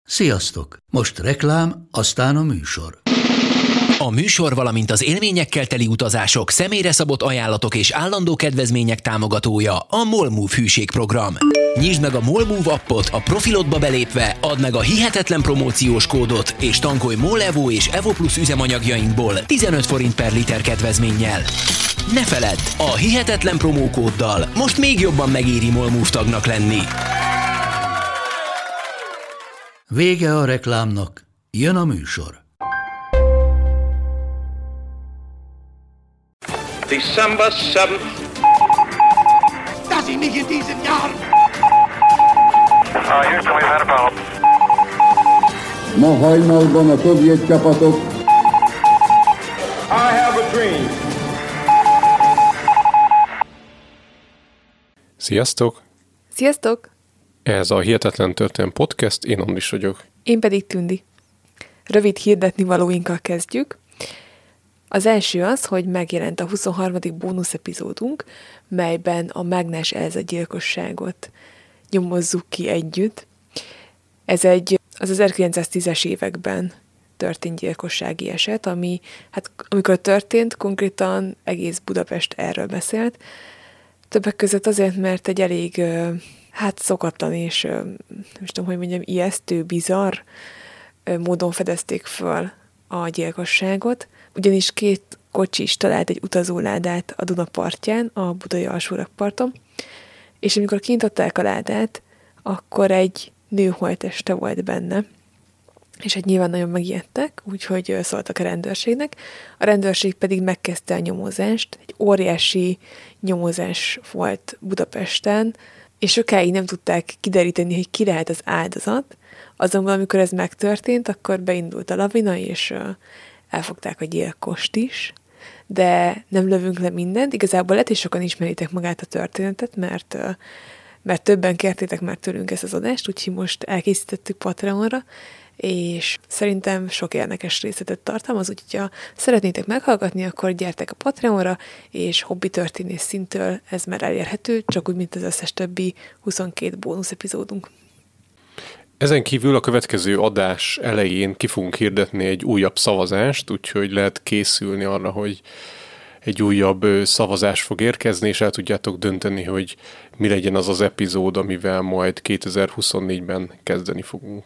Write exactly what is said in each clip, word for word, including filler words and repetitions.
Sziasztok! Most reklám, aztán a műsor. A műsor, valamint az élményekkel teli utazások, személyre szabott ajánlatok és állandó kedvezmények támogatója a MOLMOVE hűségprogram. Nyisd meg a MOLMOVE appot, a profilodba belépve, add meg a hihetetlen promóciós kódot, és tankolj MOL Evo és Evo Plus üzemanyagjainkból tizenöt forint per liter kedvezménnyel. Ne feledd, a hihetetlen promókóddal most még jobban megéri MOLMOVE tagnak lenni. Vége a reklámnak, jön a műsor. December seventh. Das ist nicht in diesem Jahr. Uh, Houston, we've had a problem. Ma hajnalban a szovjet csapatok. I have a dream. Sziasztok! Sziasztok! Ez a Hihetetlen Történelem Podcast, én Andris vagyok. Én pedig Tündi. Rövid hirdetni valóinkkal kezdjük. Az első az, hogy megjelent a huszonharmadik bónusz epizódunk, melyben a Mágnás Elza gyilkosságot nyomozzuk ki együtt. Ez egy az ezerkilencszáztízes években történt gyilkossági eset, ami, hát amikor történt, konkrétan egész Budapest erről beszélt. Többek között azért, mert egy elég, hát szokatlan és, nem tudom, hogy mondjam, ijesztő, bizarr módon fedezték föl a gyilkosságot, ugyanis két kocsi is talált egy utazóládát a Duna partján, a budai alsórakparton, és amikor kinyitották a ládát, akkor egy nő holtteste volt benne, és hát nyilván nagyon megijedtek, úgyhogy szóltak a rendőrségnek. A rendőrség pedig megkezdte a nyomozást, egy óriási nyomozás volt Budapesten, és sokáig nem tudták kideríteni, hogy ki lehet az áldozat, azonban amikor ez megtörtént, akkor beindult a lavina, és elfogták a gyilkost is, de nem lövünk le mindent. Igazából lehet, és sokan ismeritek magát a történetet, mert, mert többen kértétek már tőlünk ezt az adást, úgyhogy most elkészítettük Patreonra, és szerintem sok érdekes részletet tartalmaz, úgyhogy ha szeretnétek meghallgatni, akkor gyertek a Patreonra, és hobbi történész szintől ez már elérhető, csak úgy, mint az összes többi huszonkét bónusz epizódunk. Ezen kívül a következő adás elején ki fogunk hirdetni egy újabb szavazást, úgyhogy lehet készülni arra, hogy egy újabb szavazás fog érkezni, és el tudjátok dönteni, hogy mi legyen az az epizód, amivel majd kétezer-huszonnégyben kezdeni fogunk.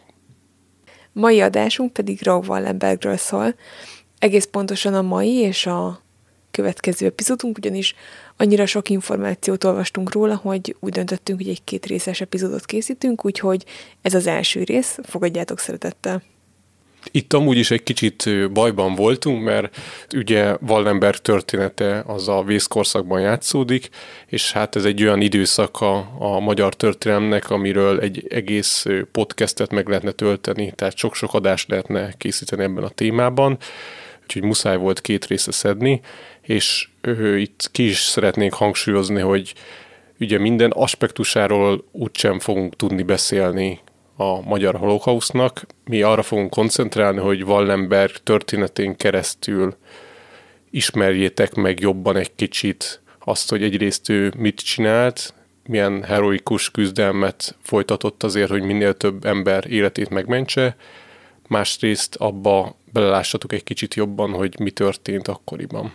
Mai adásunk pedig Raoul Wallenbergről szól. Egész pontosan a mai és a következő epizódunk, ugyanis annyira sok információt olvastunk róla, hogy úgy döntöttünk, hogy egy két részes epizódot készítünk, úgyhogy ez az első rész, fogadjátok szeretettel. Itt amúgy is egy kicsit bajban voltunk, mert ugye Wallenberg története az a vészkorszakban játszódik, és hát ez egy olyan időszaka a magyar történelemnek, amiről egy egész podcastet meg lehetne tölteni, tehát sok-sok adást lehetne készíteni ebben a témában, úgyhogy muszáj volt két részre szedni, és ő, itt ki is szeretnénk hangsúlyozni, hogy ugye minden aspektusáról úgysem fogunk tudni beszélni a magyar holokausznak. Mi arra fogunk koncentrálni, hogy Wallenberg történetén keresztül ismerjétek meg jobban egy kicsit azt, hogy egyrészt ő mit csinált, milyen heroikus küzdelmet folytatott azért, hogy minél több ember életét megmentse, másrészt abba belelássatok egy kicsit jobban, hogy mi történt akkoriban.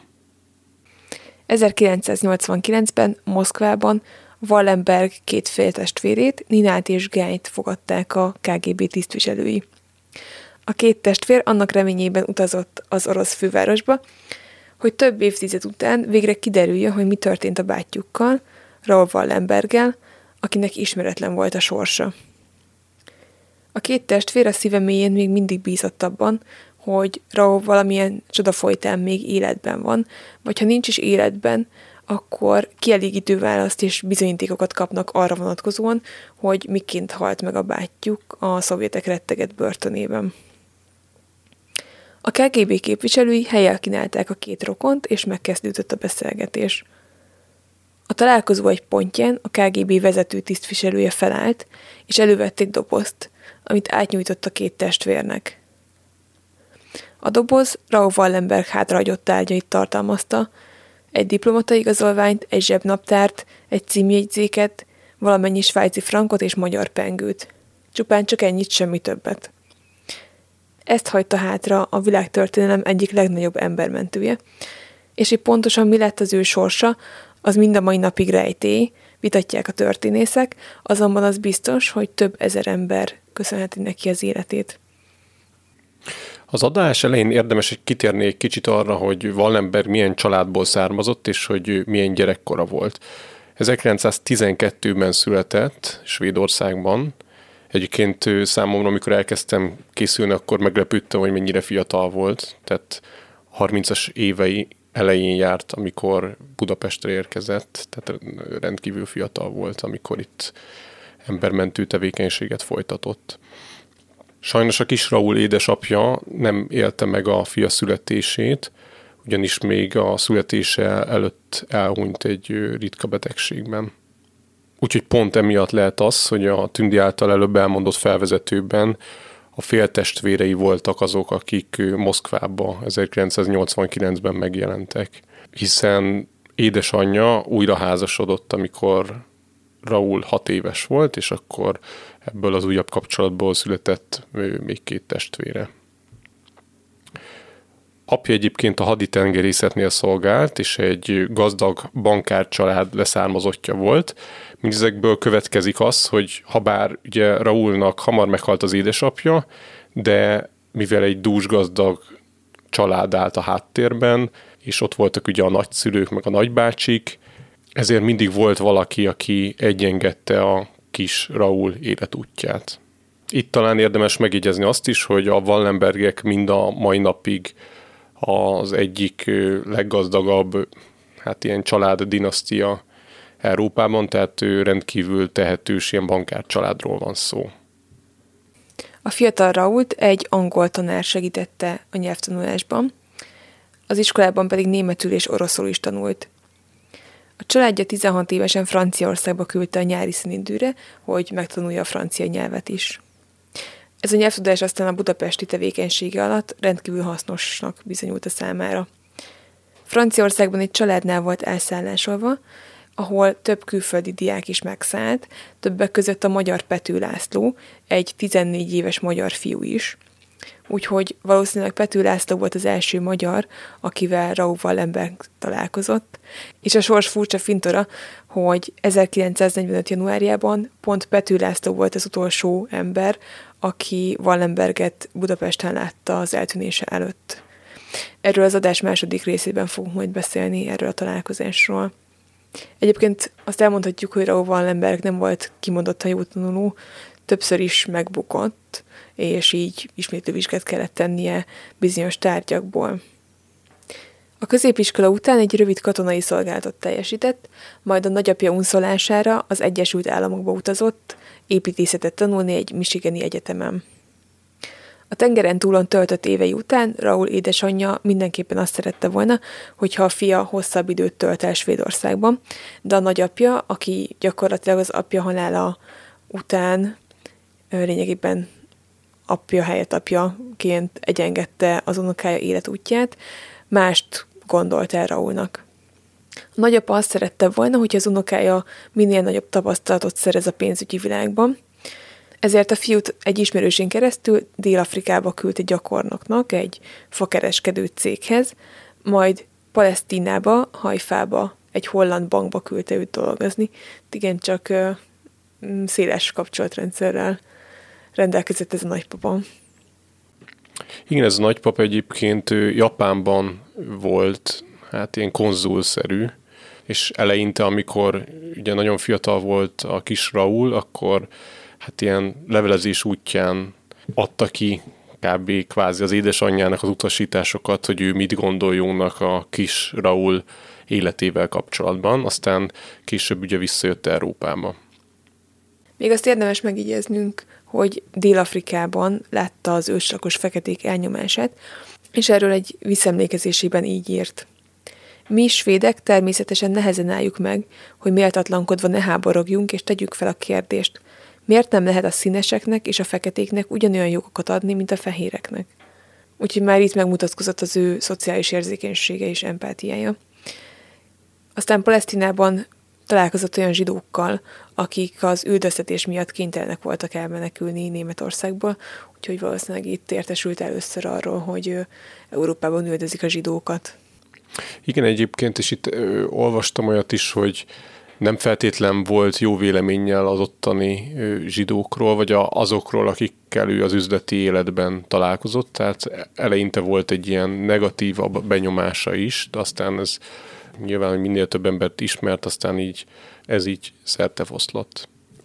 ezerkilencszáznyolcvankilencben Moszkvában Wallenberg két féltestvérét, Ninát és Gányt fogadták a ká gé bé tisztviselői. A két testvér annak reményében utazott az orosz fővárosba, hogy több évtized után végre kiderüljön, hogy mi történt a bátyjukkal, Raoul Wallenberggel, akinek ismeretlen volt a sorsa. A két testvér a szíve mélyén még mindig bízott abban, hogy Raoul valamilyen csoda folytán még életben van, vagy ha nincs is életben, akkor kielégítő választ és bizonyítékokat kapnak arra vonatkozóan, hogy miként halt meg a bátyjuk a szovjetek retteget börtönében. A ká gé bé képviselői hellyel kínálták a két rokont, és megkezdődött a beszélgetés. A találkozó egy pontján a ká gé bé vezető tisztviselője felállt, és elővett egy dobozt, amit átnyújtott a két testvérnek. A doboz Raoul Wallenberg hátrahagyott tárgyait tartalmazta, egy diplomata igazolványt, egy zsebnaptárt, egy címjegyzéket, valamennyi svájci frankot és magyar pengőt. Csupán csak ennyit, semmi többet. Ezt hagyta hátra a világtörténelem egyik legnagyobb embermentője. És hogy pontosan mi lett az ő sorsa, az mind a mai napig rejtély, vitatják a történészek, azonban az biztos, hogy több ezer ember köszönheti neki az életét. Az adás elején érdemes kitérni egy kicsit arra, hogy Wallenberg milyen családból származott, és hogy milyen gyerekkora volt. ezerkilencszáztizenkettőben született Svédországban. Egyébként számomra, amikor elkezdtem készülni, akkor meglepődtem, hogy mennyire fiatal volt. Tehát harmincas évei elején járt, amikor Budapestre érkezett, tehát rendkívül fiatal volt, amikor itt embermentő tevékenységet folytatott. Sajnos a kis Raúl édesapja nem élte meg a fia születését, ugyanis még a születése előtt elhunyt egy ritka betegségben. Úgyhogy pont emiatt lehet az, hogy a Tündi által előbb elmondott felvezetőben a féltestvérei voltak azok, akik Moszkvába ezerkilencszáznyolcvankilencben megjelentek, hiszen édesanyja újra házasodott, amikor Raúl hat éves volt, és akkor ebből az újabb kapcsolatból született még két testvére. Apja egyébként a haditengerészetnél szolgált, és egy gazdag bankár család leszármazottja volt. Mindezekből következik az, hogy habár ugye Raúlnak hamar meghalt az édesapja, de mivel egy dúsgazdag család állt a háttérben, és ott voltak ugye a nagyszülők, meg a nagybácsik, ezért mindig volt valaki, aki egyengedte a kis Raúl életútját. Itt talán érdemes megjegyezni azt is, hogy a Wallenbergek mind a mai napig az egyik leggazdagabb, hát ilyen család dinasztia Európában, tehát ő rendkívül tehetős ilyen bankár családról van szó. A fiatal Raúlt egy angol tanár segítette a nyelvtanulásban, az iskolában pedig németül és oroszul is tanult. A családja tizenhat évesen Franciaországba küldte a nyári szünidőre, hogy megtanulja a francia nyelvet is. Ez a nyelvtudás aztán a budapesti tevékenysége alatt rendkívül hasznosnak bizonyult a számára. Franciaországban egy családnál volt elszállásolva, ahol több külföldi diák is megszállt, többek között a magyar Pető László, egy tizennégy éves magyar fiú is. Úgyhogy valószínűleg Pető László volt az első magyar, akivel Raúl Wallenberg találkozott, és a sors furcsa fintora, hogy ezerkilencszáznegyvenöt januárjában pont Pető László volt az utolsó ember, aki Wallenberget Budapesten látta az eltűnése előtt. Erről az adás második részében fogunk majd beszélni, erről a találkozásról. Egyébként azt elmondhatjuk, hogy Raúl Wallenberg nem volt kimondottan jó tanuló, többször is megbukott, és így ismétlővizsgát kellett tennie bizonyos tárgyakból. A középiskola után egy rövid katonai szolgálatot teljesített, majd a nagyapja unszolására az Egyesült Államokba utazott, építészetet tanulni egy michigani egyetemen. A tengeren túlon töltött évei után Raúl édesanyja mindenképpen azt szerette volna, hogyha a fia hosszabb időt tölt el Svédországban, de a nagyapja, aki gyakorlatilag az apja halála után lényegében apja helyett apjaként egyengedte az unokája életútját, mást gondolt el Raúlnak. A nagyapa azt szerette volna, hogy az unokája minél nagyobb tapasztalatot szerez a pénzügyi világban, ezért a fiút egy ismerősén keresztül Dél-Afrikába küldte gyakornoknak egy fakereskedő céghez, majd Palesztinába, Hajfába, egy holland bankba küldte őt dolgozni. Igen, csak uh, széles kapcsolatrendszerrel rendelkezett ez a nagypapa. Igen, ez a nagypapa egyébként Japánban volt, hát ilyen konzulszerű, és eleinte, amikor ugye nagyon fiatal volt a kis Raúl, akkor hát ilyen levelezés útján adta ki kb. Kvázi az édesanyjának az utasításokat, hogy ő mit gondoljónak a kis Raúl életével kapcsolatban, aztán később ugye visszajött Európába. Még azt érdemes megjegyeznünk, hogy Dél-Afrikában látta az őslakos feketék elnyomását, és erről egy visszaemlékezésében így írt. Mi svédek természetesen nehezen álljuk meg, hogy méltatlankodva ne háborogjunk és tegyük fel a kérdést, miért nem lehet a színeseknek és a feketéknek ugyanolyan jogokat adni, mint a fehéreknek? Úgyhogy már itt megmutatkozott az ő szociális érzékenysége és empátiája. Aztán Palesztinában találkozott olyan zsidókkal, akik az üldöztetés miatt kénytelenek voltak elmenekülni Németországból, úgyhogy valószínűleg itt értesült először arról, hogy Európában üldözik a zsidókat. Igen, egyébként, és itt ö, olvastam olyat is, hogy nem feltétlen volt jó véleménnyel az ottani ö, zsidókról, vagy a, azokról, akikkel ő az üzleti életben találkozott, tehát eleinte volt egy ilyen negatívabb benyomása is, de aztán ez nyilván, hogy minél több embert ismert, aztán így ez így szertefoszlott.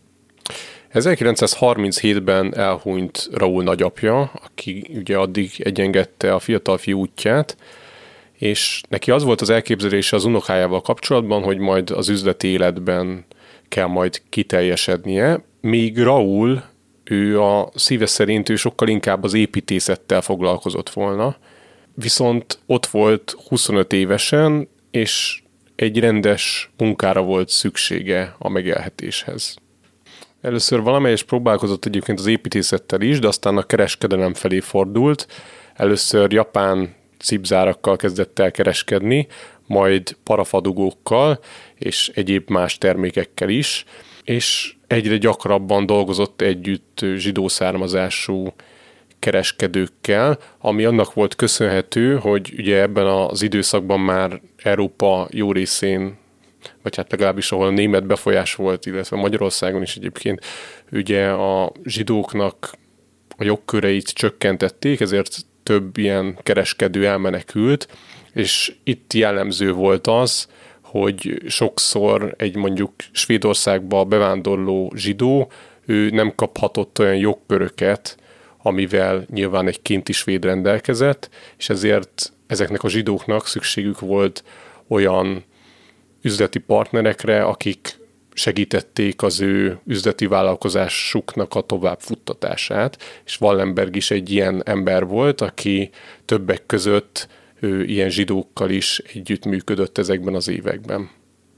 ezerkilencszázharminchétben elhunyt Raúl nagyapja, aki ugye addig egyengedte a fiatal fiú útját, és neki az volt az elképzelése az unokájával kapcsolatban, hogy majd az üzleti életben kell majd kiteljesednie, míg Raúl, ő a szíve szerint ő sokkal inkább az építészettel foglalkozott volna, viszont ott volt huszonöt évesen, és egy rendes munkára volt szüksége a megélhetéshez. Először valamelyes próbálkozott egyébként az építészettel is, de aztán a kereskedelem felé fordult. Először japán cipzárakkal kezdett el kereskedni, majd parafadugókkal és egyéb más termékekkel is, és egyre gyakrabban dolgozott együtt zsidó származású kereskedőkkel, ami annak volt köszönhető, hogy ugye ebben az időszakban már Európa jó részén, vagy hát legalábbis ahol német befolyás volt, illetve Magyarországon is egyébként, ugye a zsidóknak a jogköreit csökkentették, ezért több ilyen kereskedő elmenekült, és itt jellemző volt az, hogy sokszor egy mondjuk Svédországba bevándorló zsidó, ő nem kaphatott olyan jogköröket, amivel nyilván egy kinti svéd rendelkezett, és ezért ezeknek a zsidóknak szükségük volt olyan üzleti partnerekre, akik segítették az ő üzleti vállalkozásuknak a továbbfuttatását, és Wallenberg is egy ilyen ember volt, aki többek között ő ilyen zsidókkal is együttműködött ezekben az években.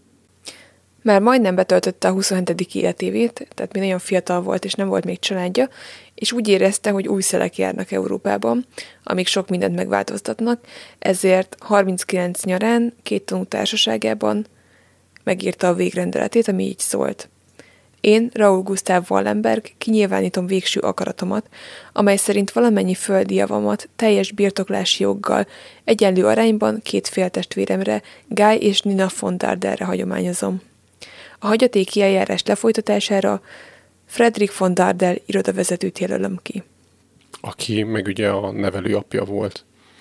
Már majdnem betöltötte a huszonhetedik életévét, tehát még nagyon fiatal volt, és nem volt még családja, és úgy érezte, hogy új szelek járnak Európában, amik sok mindent megváltoztatnak, ezért harminckilenc nyarán két tanútársaságában megírta a végrendeletét, ami így szólt. Én, Raúl Gustav Wallenberg, kinyilvánítom végső akaratomat, amely szerint valamennyi földi javamat teljes birtoklási joggal egyenlő arányban két féltestvéremre, Guy és Nina von Dardelre hagyományozom. A hagyatéki eljárás lefolytatására Frederick von Dardel irodavezetőt jelölöm ki. Aki meg ugye a nevelő apja volt.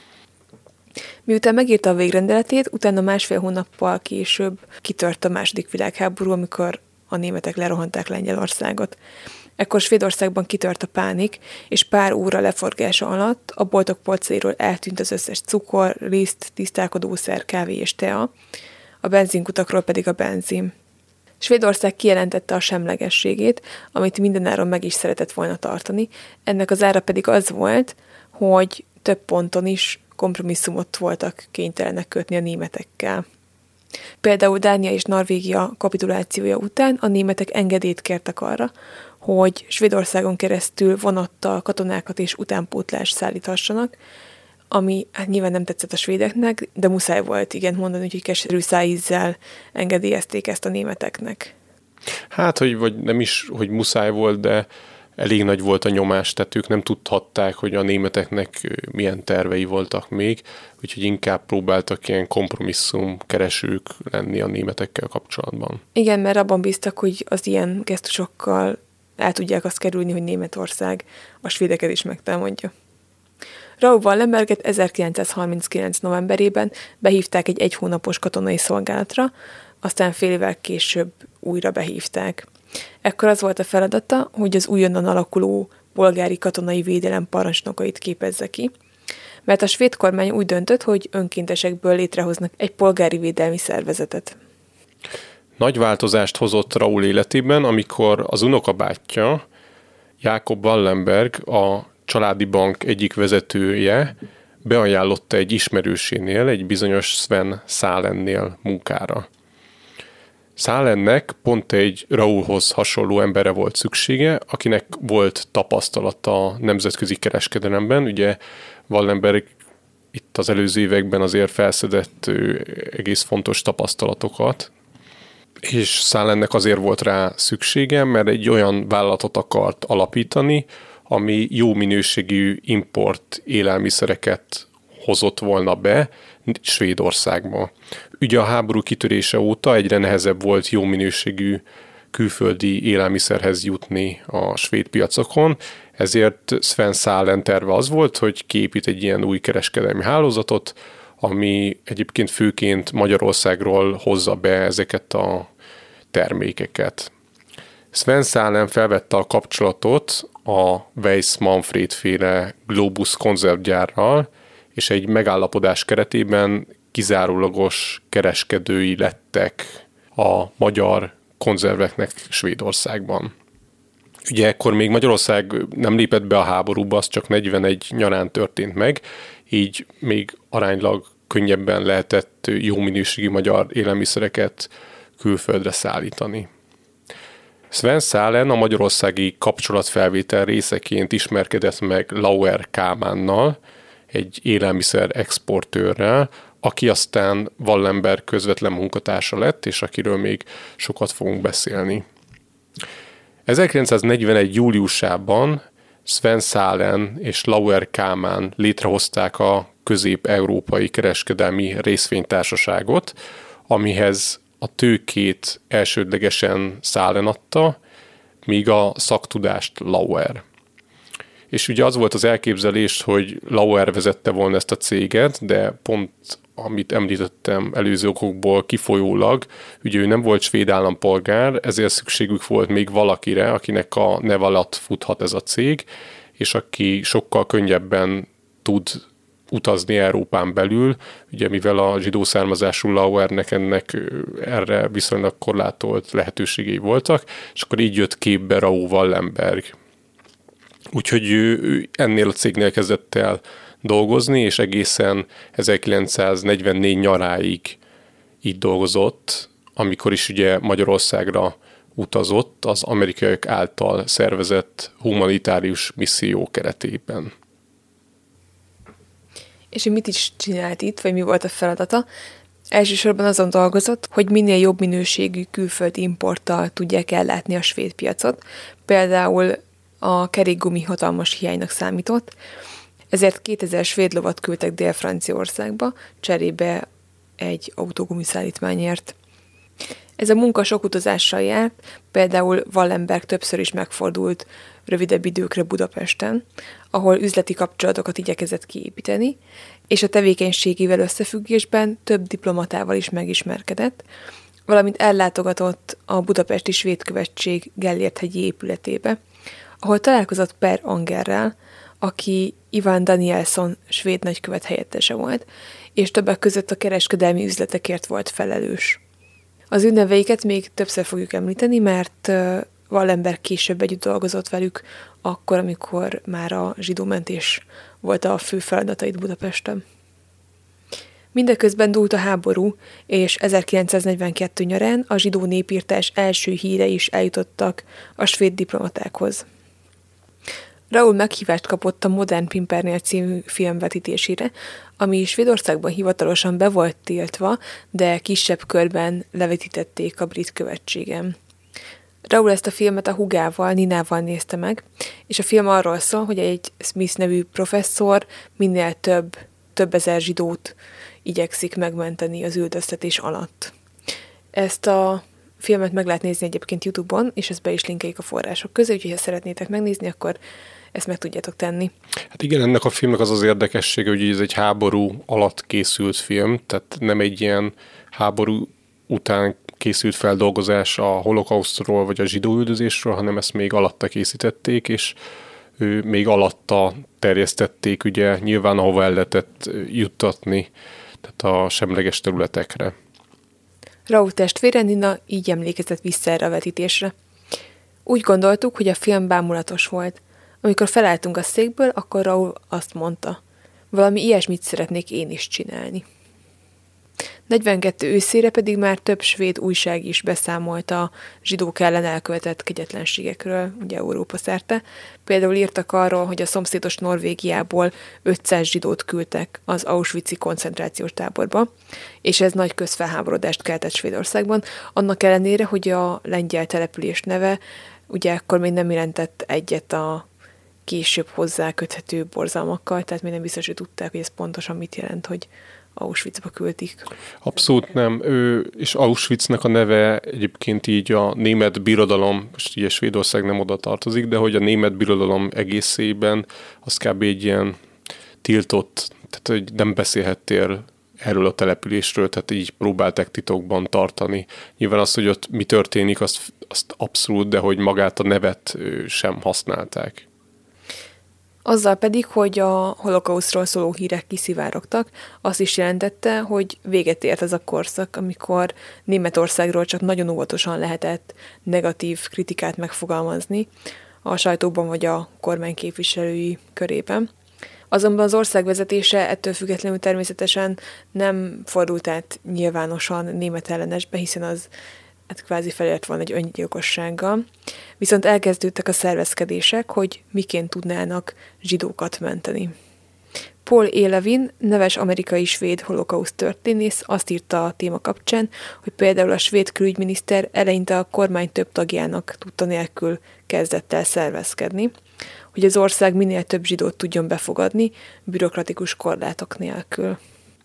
Miután megírta a végrendeletét, utána másfél hónappal később kitört a második világháború, amikor a németek lerohanták Lengyelországot. Ekkor Svédországban kitört a pánik, és pár óra leforgása alatt a boltok polcairól eltűnt az összes cukor, liszt, tisztálkodószer, kávé és tea, a benzinkutakról pedig a benzin. Svédország kijelentette a semlegességét, amit mindenáron meg is szeretett volna tartani, ennek az ára pedig az volt, hogy több ponton is kompromisszumot voltak kénytelenek kötni a németekkel. Például Dánia és Norvégia kapitulációja után a németek engedélyt kértek arra, hogy Svédországon keresztül vonattal katonákat és utánpótlást szállíthassanak, ami hát nyilván nem tetszett a svédeknek, de muszáj volt igent mondani, úgyhogy keserű szájízzel engedélyezték ezt a németeknek. Hát, hogy vagy nem is, hogy muszáj volt, de elég nagy volt a nyomás, tehát ők nem tudhatták, hogy a németeknek milyen tervei voltak még, úgyhogy inkább próbáltak ilyen kompromisszum keresők lenni a németekkel kapcsolatban. Igen, mert abban bíztak, hogy az ilyen gesztusokkal el tudják azt kerülni, hogy Németország a svédeket is megtámadja. Raúl Wallenberget ezerkilencszázharminckilenc novemberében behívták egy egy hónapos katonai szolgálatra, aztán fél évvel később újra behívták. Ekkor az volt a feladata, hogy az újonnan alakuló polgári katonai védelem parancsnokait képezze ki, mert a svéd kormány úgy döntött, hogy önkéntesekből létrehoznak egy polgári védelmi szervezetet. Nagy változást hozott Raúl életében, amikor az unokabátyja, Jakob Wallenberg, a családi bank egyik vezetője beajánlotta egy ismerősénél, egy bizonyos Sven Salennél munkára. Salennek pont egy Raúlhoz hasonló emberre volt szüksége, akinek volt tapasztalata a nemzetközi kereskedelemben. Ugye Wallenberg itt az előző években azért felszedett egész fontos tapasztalatokat, és Szálennek azért volt rá szüksége, mert egy olyan vállalatot akart alapítani, ami jó minőségű import élelmiszereket hozott volna be Svédországba. Ugye a háború kitörése óta egyre nehezebb volt jó minőségű külföldi élelmiszerhez jutni a svéd piacokon, ezért Sven Szálen terve az volt, hogy kiépít egy ilyen új kereskedelmi hálózatot, ami egyébként főként Magyarországról hozza be ezeket a termékeket. Sven Szálen felvette a kapcsolatot a Weiss Manfred féle Globus konzervgyárral, és egy megállapodás keretében kizárólagos kereskedői lettek a magyar konzerveknek Svédországban. Ugye ekkor még Magyarország nem lépett be a háborúba, az csak negyvenegy nyarán történt meg, így még aránylag könnyebben lehetett jó minőségű magyar élelmiszereket külföldre szállítani. Sven Szálen a magyarországi kapcsolatfelvétel részeként ismerkedett meg Lauer Kálmánnal, egy élelmiszer exportőrrel, aki aztán Wallenberg közvetlen munkatársa lett, és akiről még sokat fogunk beszélni. ezerkilencszáznegyvenegy júliusában Sven Szálen és Lauer Kálmán létrehozták a Közép-Európai Kereskedelmi Részvénytársaságot, amihez a tőkét elsődlegesen Szálen adta, míg a szaktudást Lauer. És ugye az volt az elképzelés, hogy Lauer vezette volna ezt a céget, de pont amit említettem előző okokból kifolyólag, ugye ő nem volt svéd állampolgár, ezért szükségük volt még valakire, akinek a neve alatt futhat ez a cég, és aki sokkal könnyebben tud utazni Európán belül, ugye mivel a zsidó származású Lauernek ennek erre viszonylag korlátolt lehetőségei voltak, és akkor így jött képbe Raoul Wallenberg. Úgyhogy ő, ő ennél a cégnél kezdett el dolgozni, és egészen ezerkilencszáznegyvennégy nyaráig így dolgozott, amikor is ugye Magyarországra utazott az amerikaiak által szervezett humanitárius misszió keretében. És ő mit is csinált itt, vagy mi volt a feladata? Elsősorban azon dolgozott, hogy minél jobb minőségű külföldi importtal tudják ellátni a svéd piacot. Például a kerékgumi hatalmas hiánynak számított, ezért kétezer svéd lovat küldtek Dél-Franciaországba, cserébe egy autógumiszállítmányért. Ez a munka sok utazással járt, például Wallenberg többször is megfordult rövidebb időkre Budapesten, ahol üzleti kapcsolatokat igyekezett kiépíteni, és a tevékenységével összefüggésben több diplomatával is megismerkedett, valamint ellátogatott a budapesti svéd követség Gellért-hegyi épületébe, ahol találkozott Per Angerrel, aki Iván Danielsson svéd nagykövet helyettese volt, és többek között a kereskedelmi üzletekért volt felelős. Az ő neveiket még többször fogjuk említeni, mert Wallenberg később együtt dolgozott velük, akkor, amikor már a zsidómentés volt a fő feladatait Budapesten. Mindeközben dúlt a háború, és ezerkilencszáznegyvenkettő nyarán a zsidó népírtás első hírei is eljutottak a svéd diplomatákhoz. Raoul meghívást kapott a Modern Pimpernel című film vetítésére, ami Svédországban hivatalosan be volt tiltva, de kisebb körben levetítették a brit követségen. Raoul ezt a filmet a hugával, Ninával nézte meg, és a film arról szól, hogy egy Smith nevű professzor minél több, több ezer zsidót igyekszik megmenteni az üldöztetés alatt. Ezt a filmet meg lehet nézni egyébként YouTube-on, és ezt be is linkeljük a források közé, úgyhogy ha szeretnétek megnézni, akkor ezt meg tudjátok tenni. Hát igen, ennek a filmnek az az érdekessége, hogy ez egy háború alatt készült film, tehát nem egy ilyen háború után készült feldolgozás a holokausztról vagy a zsidóüldözésről, hanem ezt még alatta készítették, és ő még alatta terjesztették, ugye nyilván ahova el lehetett juttatni, tehát a semleges területekre. Raoul testvére Nina így emlékezett vissza erre a vetítésre. Úgy gondoltuk, hogy a film bámulatos volt. Amikor felálltunk a székből, akkor Raoul azt mondta, valami ilyesmit szeretnék én is csinálni. negyvenkettő őszére pedig már több svéd újság is beszámolt a zsidók ellen elkövetett kegyetlenségekről, ugye Európa szerte. Például írtak arról, hogy a szomszédos Norvégiából ötszáz zsidót küldtek az Auschwitz-i koncentrációs táborba, és ez nagy közfelháborodást keltett Svédországban, annak ellenére, hogy a lengyel település neve ugye akkor még nem jelentett egyet a később hozzá köthető borzalmakkal, tehát még nem biztos, hogy tudták, hogy ez pontosan mit jelent, hogy Auschwitzba küldik. Abszolút nem. Ő, és Auschwitznek a neve egyébként így a német birodalom, most ugye Svédország nem oda tartozik, de hogy a német birodalom egészében az kb. Egy ilyen tiltott, tehát hogy nem beszélhettél erről a településről, tehát így próbálták titokban tartani. Nyilván az, hogy ott mi történik, azt, azt abszolút, de hogy magát a nevet sem használták. Azzal pedig, hogy a holokausztról szóló hírek kiszivárogtak, azt is jelentette, hogy véget ért ez a korszak, amikor Németországról csak nagyon óvatosan lehetett negatív kritikát megfogalmazni a sajtóban vagy a kormány képviselői körében. Azonban az ország vezetése ettől függetlenül természetesen nem fordult át nyilvánosan német ellenesbe, hiszen az hát kvázi felért volna egy öngyilkossággal. Viszont elkezdődtek a szervezkedések, hogy miként tudnának zsidókat menteni. Paul E. Levin, neves amerikai-svéd holokauszt történész azt írta a téma kapcsán, hogy például a svéd külügyminiszter eleinte a kormány több tagjának tudta nélkül kezdett el szervezkedni, hogy az ország minél több zsidót tudjon befogadni, bürokratikus korlátok nélkül.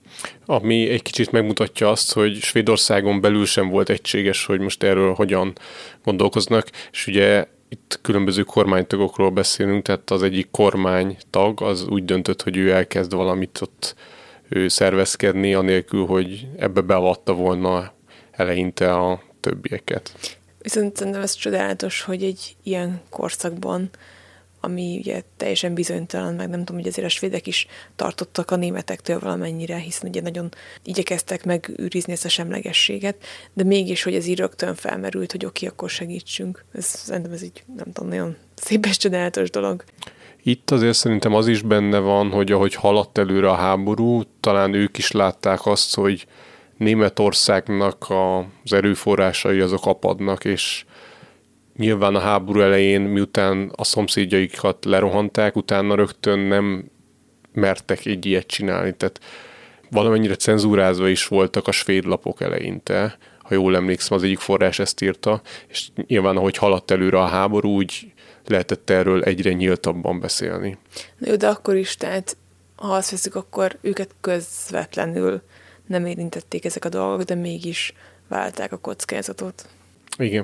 Ami egy kicsit megmutatja azt, hogy Svédországon belül sem volt egységes, hogy most erről hogyan gondolkoznak, és ugye itt különböző kormánytagokról beszélünk, tehát az egyik kormánytag az úgy döntött, hogy ő elkezd valamit ott ő szervezkedni, anélkül, hogy ebbe beavatta volna eleinte a többieket. Viszont szerintem ez csodálatos, hogy egy ilyen korszakban, ami ugye teljesen bizonytalan, meg nem tudom, hogy azért a svédek is tartottak a németektől valamennyire, hiszen ugye nagyon igyekeztek megőrizni ezt a semlegességet, de mégis, hogy ez így rögtön felmerült, hogy oké, akkor segítsünk. Ez, szerintem ez így, nem tudom, nagyon szép és csodálatos dolog. Itt azért szerintem az is benne van, hogy ahogy haladt előre a háború, talán ők is látták azt, hogy Németországnak az erőforrásai azok apadnak, és nyilván a háború elején, miután a szomszédjaikat lerohanták, utána rögtön nem mertek egy ilyet csinálni. Tehát valamennyire cenzúrázva is voltak a svéd lapok eleinte. Ha jól emlékszem, az egyik forrás ezt írta, és nyilván, ahogy haladt előre a háború, úgy lehetett erről egyre nyíltabban beszélni. Na jó, de akkor is, tehát ha azt veszük, akkor őket közvetlenül nem érintették ezek a dolgok, de mégis válták a kockázatot. Igen.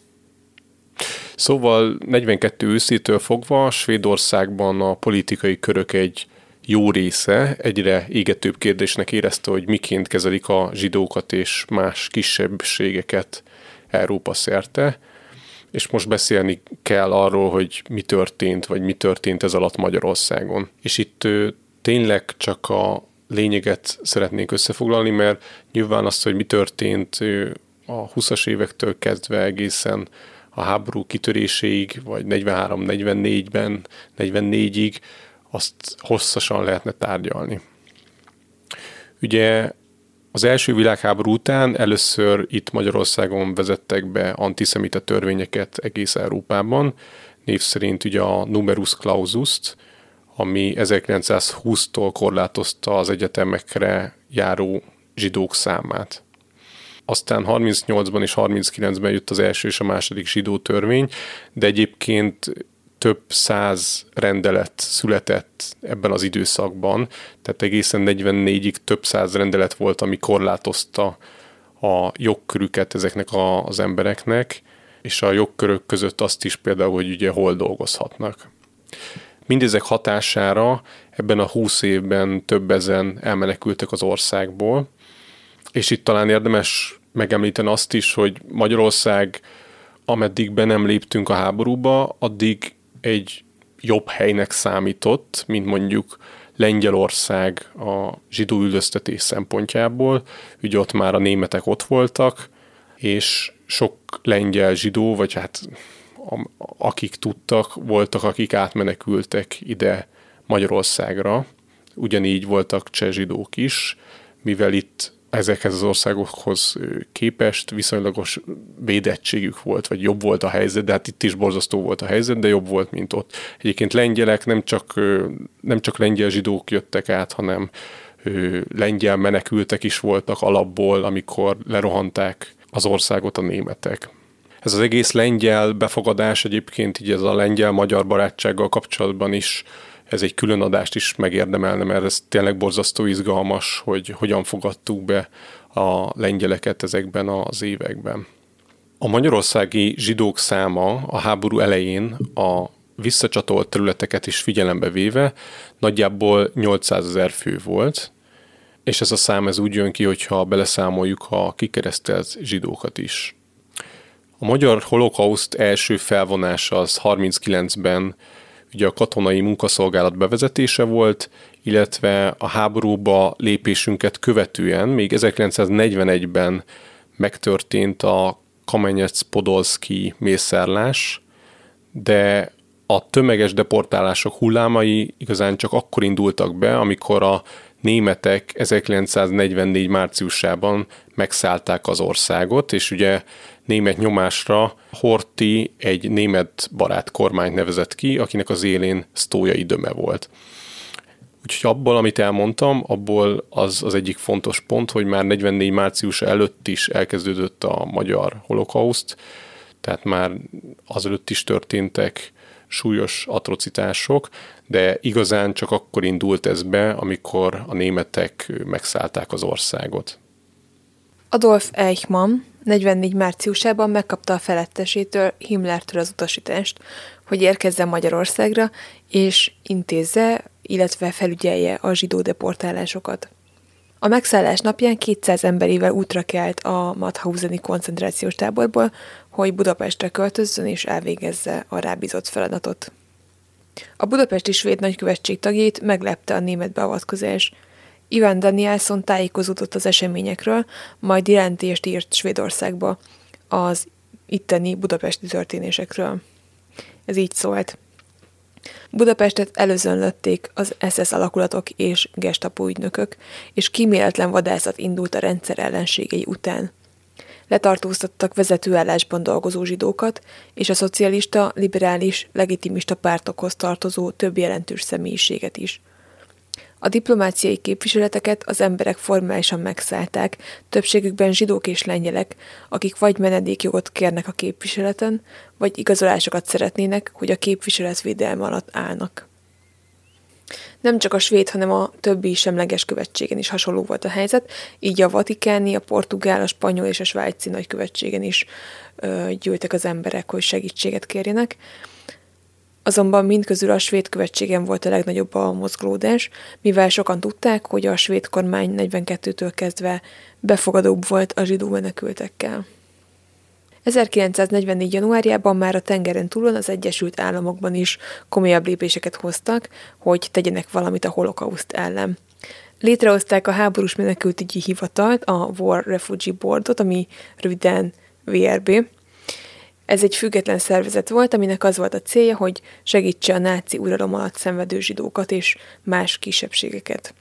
Szóval negyvenkettő őszétől fogva Svédországban a politikai körök egy jó része egyre égetőbb kérdésnek érezte, hogy miként kezelik a zsidókat és más kisebbségeket Európa szerte, és most beszélni kell arról, hogy mi történt, vagy mi történt ez alatt Magyarországon. És itt ö, tényleg csak a lényeget szeretnénk összefoglalni, mert nyilván azt, hogy mi történt ö, a huszas évektől kezdve egészen a háború kitöréséig, vagy negyvenhárom negyvennégyben, negyvennégyig, azt hosszasan lehetne tárgyalni. Ugye az első világháború után először itt Magyarországon vezettek be antiszemita törvényeket egész Európában, név szerint ugye a numerus clausust, ami ezerkilencszázhúsztól korlátozta az egyetemekre járó zsidók számát. Aztán harmincnyolcban és harminckilencben jött az első és a második zsidó törvény, de egyébként több száz rendelet született ebben az időszakban, tehát egészen negyvennégyig több száz rendelet volt, ami korlátozta a jogkörüket ezeknek a, az embereknek, és a jogkörök között azt is például, hogy ugye hol dolgozhatnak. Mindezek hatására ebben a húsz évben több ezen elmenekültek az országból, és itt talán érdemes megemlíteni azt is, hogy Magyarország, ameddig be nem léptünk a háborúba, addig egy jobb helynek számított, mint mondjuk Lengyelország a zsidó üldöztetés szempontjából. Ugye ott már a németek ott voltak, és sok lengyel zsidó, vagy hát akik tudtak, voltak, akik átmenekültek ide Magyarországra. Ugyanígy voltak cseh zsidók is, mivel itt ezekhez az országokhoz képest viszonylagos védettségük volt, vagy jobb volt a helyzet, de hát itt is borzasztó volt a helyzet, de jobb volt, mint ott. Egyébként lengyelek, nem csak, nem csak lengyel zsidók jöttek át, hanem lengyel menekültek is voltak alapból, amikor lerohanták az országot a németek. Ez az egész lengyel befogadás egyébként így ez a lengyel-magyar barátsággal kapcsolatban is, ez egy külön adást is megérdemelne, mert ez tényleg borzasztó izgalmas, hogy hogyan fogadtuk be a lengyeleket ezekben az években. A magyarországi zsidók száma a háború elején a visszacsatolt területeket is figyelembe véve nagyjából nyolcszázezer fő volt, és ez a szám ez úgy jön ki, hogyha beleszámoljuk a kikeresztelt zsidókat is. A magyar holokauszt első felvonása az harminckilencben ugye a katonai munkaszolgálat bevezetése volt, illetve a háborúba lépésünket követően még ezerkilencszáznegyvenegyben megtörtént a Kamenyec-Podolszki mészárlás, de a tömeges deportálások hullámai igazán csak akkor indultak be, amikor a németek ezerkilencszáznegyvennégy márciusában megszállták az országot, és ugye német nyomásra Horthy egy német barát kormányt nevezett ki, akinek az élén Sztójai Döme volt. Úgyhogy abból, amit elmondtam, abból az az egyik fontos pont, hogy már negyvennégy március előtt is elkezdődött a magyar holokauszt, tehát már azelőtt is történtek súlyos atrocitások, de igazán csak akkor indult ez be, amikor a németek megszállták az országot. Adolf Eichmann negyvennégy márciusában megkapta a felettesétől, Himmlertől az utasítást, hogy érkezzen Magyarországra, és intézze, illetve felügyelje a zsidó deportálásokat. A megszállás napján kétszáz emberével útra kelt a Mauthauseni koncentrációs táborból, hogy Budapestre költözzön és elvégezze a rábízott feladatot. A budapesti svéd nagykövetség tagjait meglepte a német beavatkozás. Iván Danielson tájékozódott az eseményekről, majd jelentést írt Svédországba az itteni budapesti történésekről. Ez így szólt. Budapestet előzönlötték az es es alakulatok és gestapo ügynökök, és kíméletlen vadászat indult a rendszer ellenségei után. Letartóztattak vezetőállásban dolgozó zsidókat, és a szocialista, liberális, legitimista pártokhoz tartozó több jelentős személyiséget is. A diplomáciai képviseleteket az emberek formálisan megszállták, többségükben zsidók és lengyelek, akik vagy menedékjogot kérnek a képviseleten, vagy igazolásokat szeretnének, hogy a képviselet védelme alatt állnak. Nem csak a svéd, hanem a többi semleges követségen is hasonló volt a helyzet, így a vatikáni, a portugál, a spanyol és a svájci nagykövetségen is ö, gyűltek az emberek, hogy segítséget kérjenek. Azonban mindközül a svéd követségen volt a legnagyobb a mozgolódás, mivel sokan tudták, hogy a svéd kormány negyvenkettőtől kezdve befogadóbb volt a zsidó menekültekkel. ezerkilencszáznegyvennégy. januárjában már a tengeren túlon az Egyesült Államokban is komolyabb lépéseket hoztak, hogy tegyenek valamit a holokauszt ellen. Létrehozták a háborús menekültügyi hivatalt, a War Refugee Boardot, ami röviden vé er bé. Ez egy független szervezet volt, aminek az volt a célja, hogy segítse a náci uralom alatt szenvedő zsidókat és más kisebbségeket.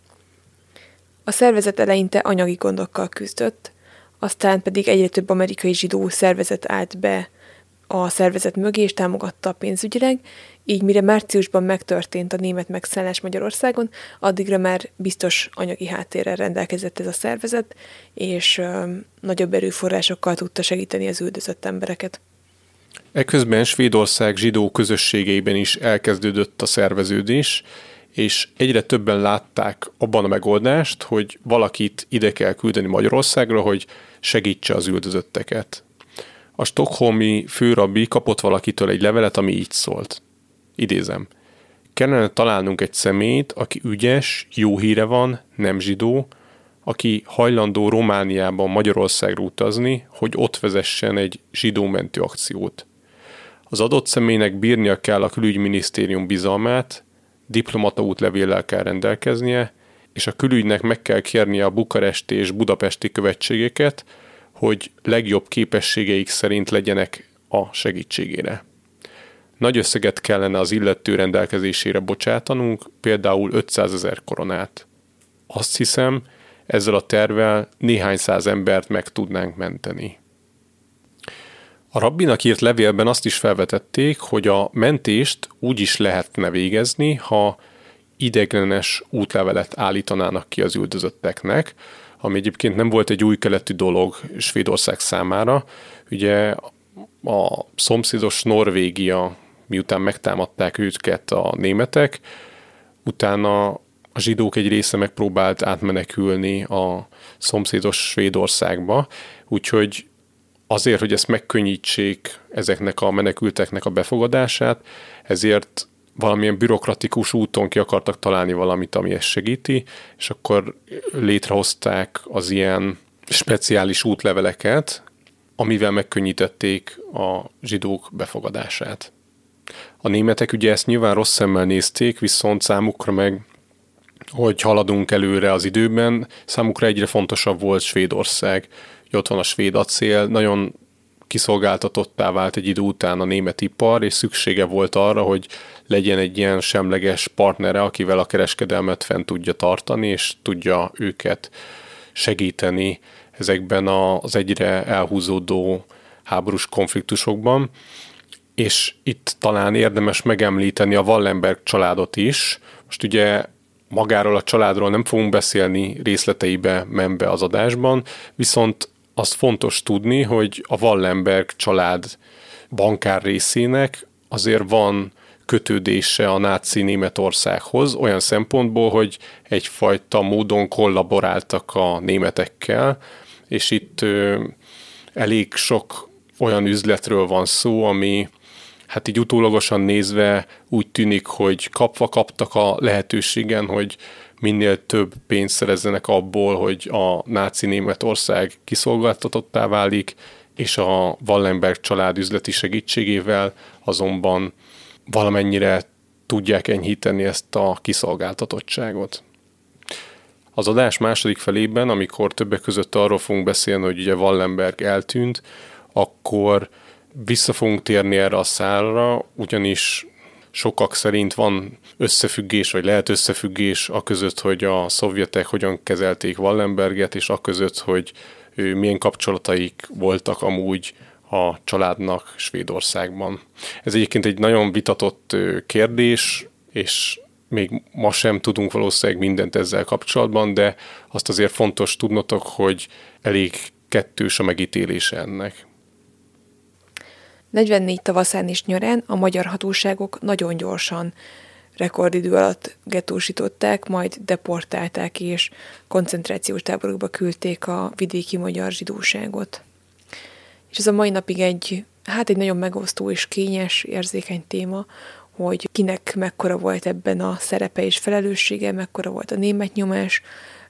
A szervezet eleinte anyagi gondokkal küzdött, aztán pedig egyre több amerikai zsidó szervezet állt be a szervezet mögé és támogatta pénzügyileg, így mire márciusban megtörtént a német megszállás Magyarországon, addigra már biztos anyagi háttérrel rendelkezett ez a szervezet, és ö, nagyobb erőforrásokkal tudta segíteni az üldözött embereket. Eközben Svédország zsidó közösségeiben is elkezdődött a szerveződés, és egyre többen látták abban a megoldást, hogy valakit ide kell küldeni Magyarországra, hogy segítse az üldözötteket. A stockholmi főrabbi kapott valakitől egy levelet, ami így szólt. Idézem. Kellene találnunk egy személyt, aki ügyes, jó híre van, nem zsidó, aki hajlandó Romániában Magyarországra utazni, hogy ott vezessen egy zsidó mentő akciót. Az adott személynek bírnia kell a külügyminisztérium bizalmát, diplomata útlevéllel kell rendelkeznie, és a külügynek meg kell kérnie a bukaresti és budapesti követségeket, hogy legjobb képességeik szerint legyenek a segítségére. Nagy összeget kellene az illető rendelkezésére bocsátanunk, például ötszázezer koronát. Azt hiszem, ezzel a tervvel néhány száz embert meg tudnánk menteni. A rabbinak írt levélben azt is felvetették, hogy a mentést úgy is lehetne végezni, ha ideiglenes útlevelet állítanának ki az üldözötteknek, ami egyébként nem volt egy új keletű dolog Svédország számára. Ugye a szomszédos Norvégia, miután megtámadták őket a németek, utána a zsidók egy része megpróbált átmenekülni a szomszédos Svédországba, úgyhogy azért, hogy ezt megkönnyítsék ezeknek a menekülteknek a befogadását, ezért valamilyen bürokratikus úton ki akartak találni valamit, ami ezt segíti, és akkor létrehozták az ilyen speciális útleveleket, amivel megkönnyítették a zsidók befogadását. A németek ugye ezt nyilván rossz szemmel nézték, viszont számukra meg, hogy haladunk előre az időben, számukra egyre fontosabb volt Svédország. Ott van a svéd acél, nagyon kiszolgáltatottá vált egy idő után a német ipar, és szüksége volt arra, hogy legyen egy ilyen semleges partnere, akivel a kereskedelmet fent tudja tartani, és tudja őket segíteni ezekben az egyre elhúzódó háborús konfliktusokban. És itt talán érdemes megemlíteni a Wallenberg családot is. Most ugye magáról a családról nem fogunk beszélni részleteibe menve az adásban, viszont azt fontos tudni, hogy a Wallenberg család bankár részének azért van kötődése a náci Németországhoz, olyan szempontból, hogy egyfajta módon kollaboráltak a németekkel, és itt ö, elég sok olyan üzletről van szó, ami hát így utólagosan nézve úgy tűnik, hogy kapva kaptak a lehetőségen, hogy minél több pénzt szerezzenek abból, hogy a náci Németország kiszolgáltatottá válik, és a Wallenberg család üzleti segítségével azonban valamennyire tudják enyhíteni ezt a kiszolgáltatottságot. Az adás második felében, amikor többek között arról fogunk beszélni, hogy ugye Wallenberg eltűnt, akkor vissza fogunk térni erre a szálra, ugyanis sokak szerint van összefüggés, vagy lehet összefüggés a között, hogy a szovjetek hogyan kezelték Wallenberget, és a között, hogy milyen kapcsolataik voltak amúgy a családnak Svédországban. Ez egyébként egy nagyon vitatott kérdés, és még ma sem tudunk valószínűleg mindent ezzel kapcsolatban, de azt azért fontos tudnotok, hogy elég kettős a megítélése ennek. negyvennégy tavaszán és nyarán a magyar hatóságok nagyon gyorsan, rekordidő alatt gettósították, majd deportálták és koncentrációs táborokba küldték a vidéki magyar zsidóságot. És ez a mai napig egy, hát egy nagyon megosztó és kényes, érzékeny téma, hogy kinek mekkora volt ebben a szerepe és felelőssége, mekkora volt a német nyomás,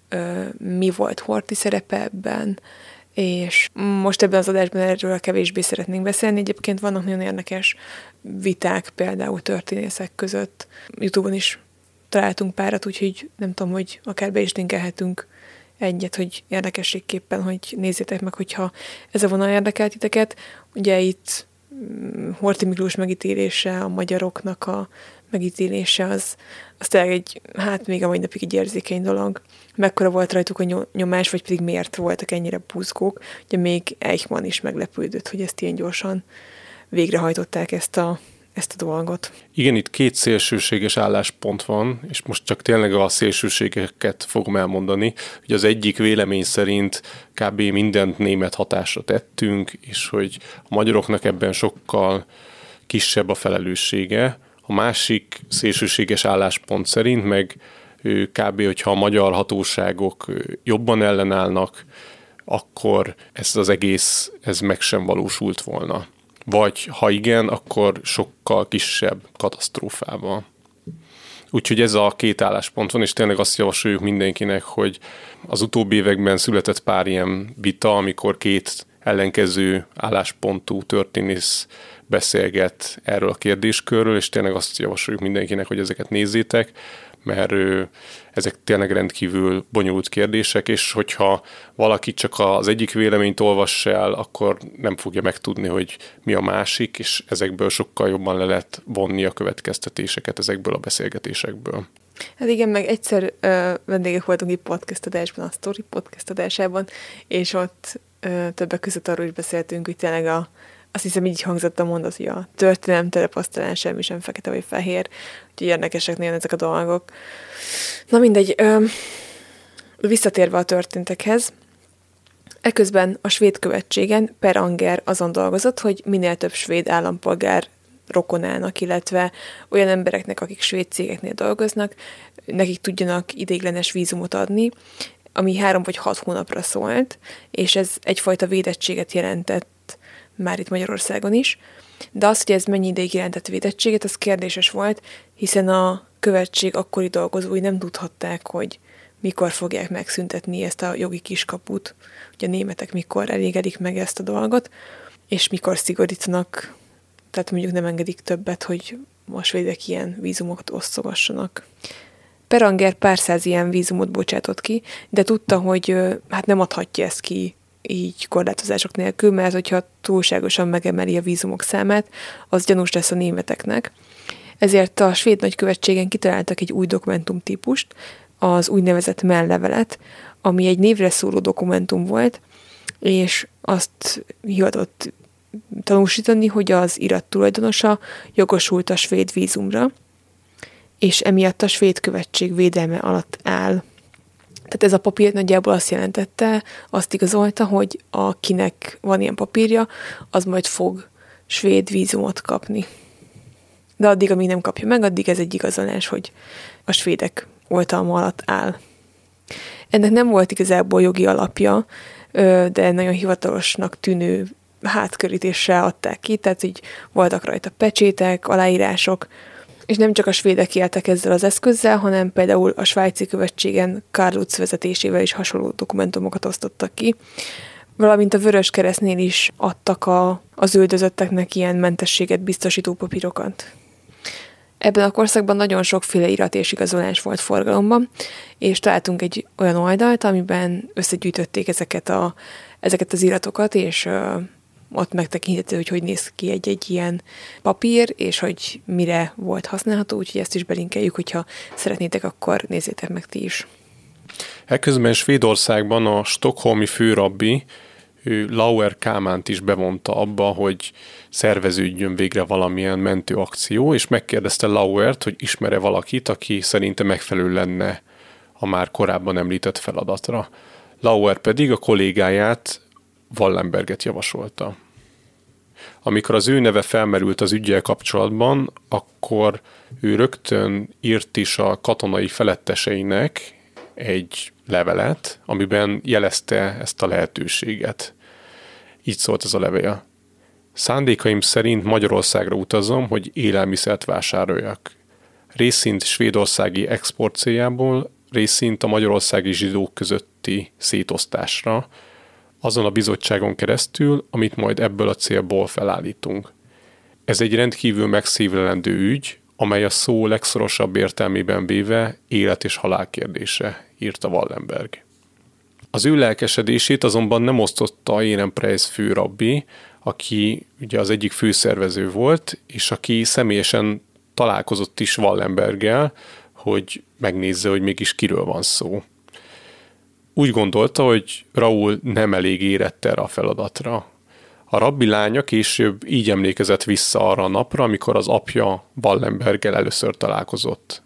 mi volt Horthy szerepe ebben, és most ebben az adásban erről kevésbé szeretnénk beszélni. Egyébként vannak nagyon érdekes viták, például történészek között. YouTube-on is találtunk párat, úgyhogy nem tudom, hogy akár be is linkelhetünk egyet, hogy érdekességképpen, hogy nézzétek meg, hogyha ez a vonal érdekel titeket. Ugye itt Horthy Miklós megítélése, a magyaroknak a megítélése, az, az tényleg egy, hát még a mai napig egy érzékeny dolog. Mekkora volt rajtuk a nyomás, vagy pedig miért voltak ennyire buzgók. Ugye még Eichmann is meglepődött, hogy ezt ilyen gyorsan végrehajtották ezt a, ezt a dolgot. Igen, itt két szélsőséges álláspont van, és most csak tényleg a szélsőségeket fogom elmondani. Ugye az egyik vélemény szerint kb. Mindent német hatásra tettünk, és hogy a magyaroknak ebben sokkal kisebb a felelőssége. A másik szélsőséges álláspont szerint meg kb. Hogyha a magyar hatóságok jobban ellenállnak, akkor ez az egész ez meg sem valósult volna. Vagy ha igen, akkor sokkal kisebb katasztrófával. Úgyhogy ez a két álláspont van, és tényleg azt javasoljuk mindenkinek, hogy az utóbbi években született pár ilyen vita, amikor két ellenkező álláspontú történész beszélget erről a kérdéskörről, és tényleg azt javasoljuk mindenkinek, hogy ezeket nézzétek, mert ezek tényleg rendkívül bonyolult kérdések, és hogyha valaki csak az egyik véleményt olvass el, akkor nem fogja megtudni, hogy mi a másik, és ezekből sokkal jobban le lehet vonni a következtetéseket ezekből a beszélgetésekből. Hát igen, meg egyszer ö, vendégek voltunk itt podcast adásban, a Story podcast adásában, és ott ö, többek között arról is beszéltünk, hogy tényleg a, azt hiszem így hangzott a mondat, hogy a történelem terepasztalán semmi sem fekete vagy fehér, úgyhogy érdekesek nagyon ezek a dolgok. Na mindegy, ö, visszatérve a történtekhez, eközben a svéd követségen Per Anger azon dolgozott, hogy minél több svéd állampolgár rokonának, illetve olyan embereknek, akik svéd cégeknél dolgoznak, nekik tudjanak ideiglenes vízumot adni, ami három vagy hat hónapra szólt, és ez egyfajta védettséget jelentett már itt Magyarországon is. De az, hogy ez mennyi ideig jelentett védettséget, az kérdéses volt, hiszen a követség akkori dolgozói nem tudhatták, hogy mikor fogják megszüntetni ezt a jogi kiskaput, hogy a németek mikor elégedik meg ezt a dolgot, és mikor szigorítanak, tehát mondjuk nem engedik többet, hogy a svédek ilyen vízumokat osztogassanak. Per Anger pár száz ilyen vízumot bocsátott ki, de tudta, hogy hát nem adhatja ezt ki így korlátozások nélkül, mert hogyha túlságosan megemeli a vízumok számát, az gyanús lesz a németeknek. Ezért a svéd nagykövetségen kitaláltak egy új dokumentumtípust, az úgynevezett mellevelet, ami egy névre szóló dokumentum volt, és azt hivatott tanúsítani, hogy az irat tulajdonosa jogosult a svéd vízumra, és emiatt a svéd követség védelme alatt áll. Tehát ez a papír nagyjából azt jelentette, azt igazolta, hogy akinek van ilyen papírja, az majd fog svéd vízumot kapni. De addig, amíg nem kapja meg, addig ez egy igazolás, hogy a svédek oltalma alatt áll. Ennek nem volt igazából jogi alapja, de nagyon hivatalosnak tűnő hátkörítéssel adták ki, tehát így voltak rajta pecsétek, aláírások, és nem csak a svédek éltek ezzel az eszközzel, hanem például a svájci követségen Karl Lutz vezetésével is hasonló dokumentumokat osztottak ki, valamint a Vöröskeresztnél is adtak a, az üldözötteknek ilyen mentességet biztosító papírokat. Ebben a korszakban nagyon sokféle irat és igazolás volt forgalomban, és találtunk egy olyan oldalt, amiben összegyűjtötték ezeket, a, ezeket az iratokat, és uh, ott megtekinthető, hogy hogy néz ki egy-egy ilyen papír, és hogy mire volt használható, úgyhogy ezt is belinkeljük, hogyha szeretnétek, akkor nézzétek meg ti is. Ekközben Svédországban a stockholmi főrabbi ő Lauer Kálmánt is bevonta abba, hogy szerveződjön végre valamilyen mentőakció, és megkérdezte Lauert, hogy ismer-e valakit, aki szerinte megfelelő lenne a már korábban említett feladatra. Lauer pedig a kollégáját, Wallenberget javasolta. Amikor az ő neve felmerült az üggyel kapcsolatban, akkor ő rögtön írt is a katonai feletteseinek egy levelet, amiben jelezte ezt a lehetőséget. Így szólt ez a levél. Szándékaim szerint Magyarországra utazom, hogy élelmiszert vásároljak. Részint svédországi export céljából, részint a magyarországi zsidók közötti szétosztásra, azon a bizottságon keresztül, amit majd ebből a célból felállítunk. Ez egy rendkívül megszívlelendő ügy, amely a szó legszorosabb értelmében véve élet és halál kérdése, írta Wallenberg. Az ő lelkesedését azonban nem osztotta Ehrenpreis főrabbi, aki ugye az egyik főszervező volt, és aki személyesen találkozott is Wallenberggel, hogy megnézze, hogy mégis kiről van szó. Úgy gondolta, hogy Raúl nem elég érett erre a feladatra. A rabbi lánya később így emlékezett vissza arra a napra, amikor az apja Wallenberggel először találkozott.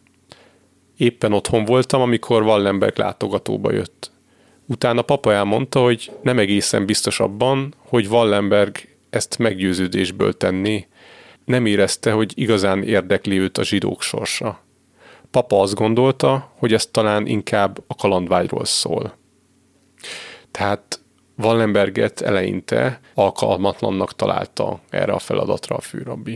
Éppen otthon voltam, amikor Wallenberg látogatóba jött. Utána papa elmondta, hogy nem egészen biztos abban, hogy Wallenberg ezt meggyőződésből tenné. Nem érezte, hogy igazán érdekli őt a zsidók sorsa. Papa azt gondolta, hogy ez talán inkább a kalandvágyról szól. Tehát Wallenberget eleinte alkalmatlannak találta erre a feladatra a főrabbi.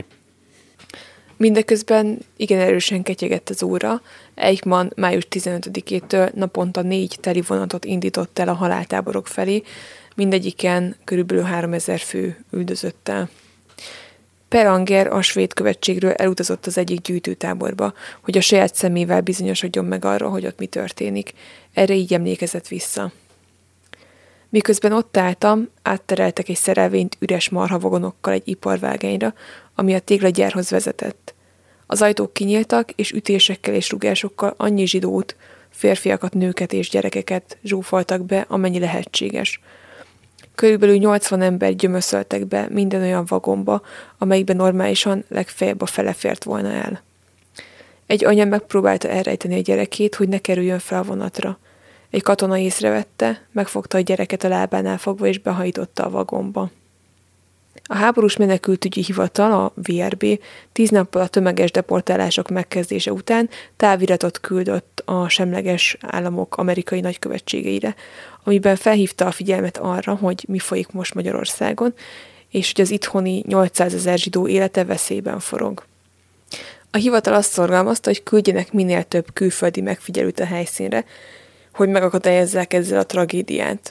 Mindeközben igen erősen ketyegett az óra. Eichmann május tizenötödikétől naponta négy teli vonatot indított el a haláltáborok felé, mindegyiken körülbelül háromezer fő üldözöttel. Per Anger a svéd követségről elutazott az egyik gyűjtőtáborba, hogy a saját szemével bizonyosodjon meg arról, hogy ott mi történik. Erre így emlékezett vissza. Miközben ott álltam, áttereltek egy szerelvényt üres marhavagonokkal egy iparvágányra, ami a téglagyárhoz vezetett. Az ajtók kinyíltak, és ütésekkel és rúgásokkal annyi zsidót, férfiakat, nőket és gyerekeket zsúfoltak be, amennyi lehetséges. Körülbelül nyolcvan ember gyömöszöltek be minden olyan vagomba, amelyikben normálisan legfeljebb a fele fért volna el. Egy anya megpróbálta elrejteni a gyerekét, hogy ne kerüljön fel a vonatra. Egy katona észrevette, megfogta a gyereket a lábánál fogva és behajította a vagomba. A háborús menekültügyi hivatal, a vé er bé tíz nappal a tömeges deportálások megkezdése után táviratot küldött a semleges államok amerikai nagykövetségeire, amiben felhívta a figyelmet arra, hogy mi folyik most Magyarországon, és hogy az itthoni nyolcszázezer zsidó élete veszélyben forog. A hivatal azt szorgalmazta, hogy küldjenek minél több külföldi megfigyelőt a helyszínre, hogy megakadályozzák ezzel a tragédiát.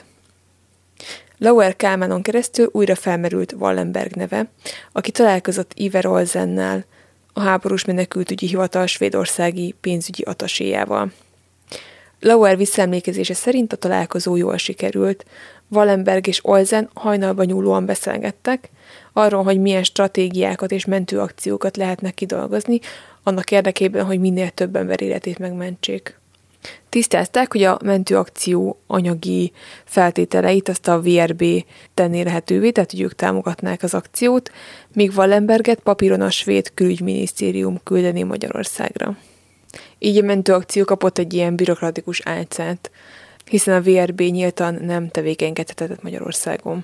Lauer Kálmánon keresztül újra felmerült Wallenberg neve, aki találkozott Iver Olsennel, a háborús menekültügyi hivatal svédországi pénzügyi ataséjával. Lauer visszaemlékezése szerint a találkozó jól sikerült. Wallenberg és Olsen hajnalban nyúlóan beszélgettek arról, hogy milyen stratégiákat és mentőakciókat lehetnek kidolgozni, annak érdekében, hogy minél több ember életét megmentsék. Tisztázták, hogy a mentőakció anyagi feltételeit azt a vé er bé tenné lehetővé, tehát hogy ők támogatnák az akciót, míg Wallenberget papíron a svéd külügyminisztérium küldené Magyarországra. Így a mentőakció kapott egy ilyen bürokratikus álcát, hiszen a vé er bé nyíltan nem tevékenykedhetett Magyarországon.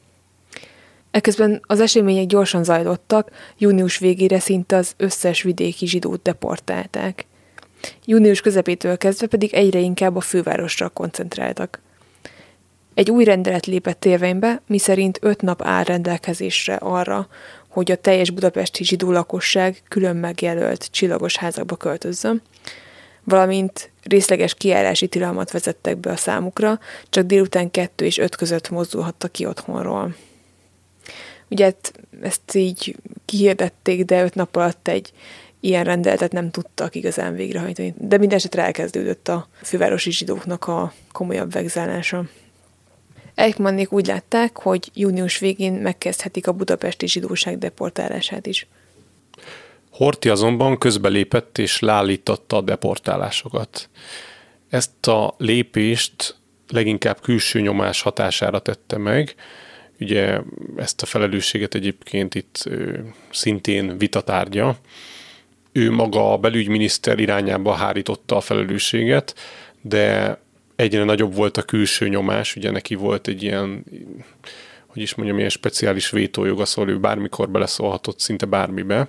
Eközben az események gyorsan zajlottak, június végére szinte az összes vidéki zsidót deportálták. Június közepétől kezdve pedig egyre inkább a fővárosra koncentráltak. Egy új rendelet lépett érvénybe, miszerint öt nap áll rendelkezésre arra, hogy a teljes budapesti zsidó lakosság külön megjelölt csillagos házakba költözzön, valamint részleges kijárási tilalmat vezettek be a számukra, csak délután kettő és öt között mozdulhattak ki otthonról. Ugye ezt így kihirdették, de öt nap alatt egy ilyen rendeletet nem tudtak igazán végrehajtani. De minden esetre elkezdődött a fővárosi zsidóknak a komolyabb vegzálása. Eichmannék úgy látták, hogy június végén megkezdhetik a budapesti zsidóság deportálását is. Horthy azonban közbelépett és leállította a deportálásokat. Ezt a lépést leginkább külső nyomás hatására tette meg. Ugye ezt a felelősséget egyébként itt ö, szintén vitatárgya. Ő maga a belügyminiszter irányába hárította a felelősséget, de egyre nagyobb volt a külső nyomás, ugye neki volt egy ilyen, hogy is mondjam, ilyen speciális vétójoga, szóval ő bármikor beleszólhatott szinte bármibe,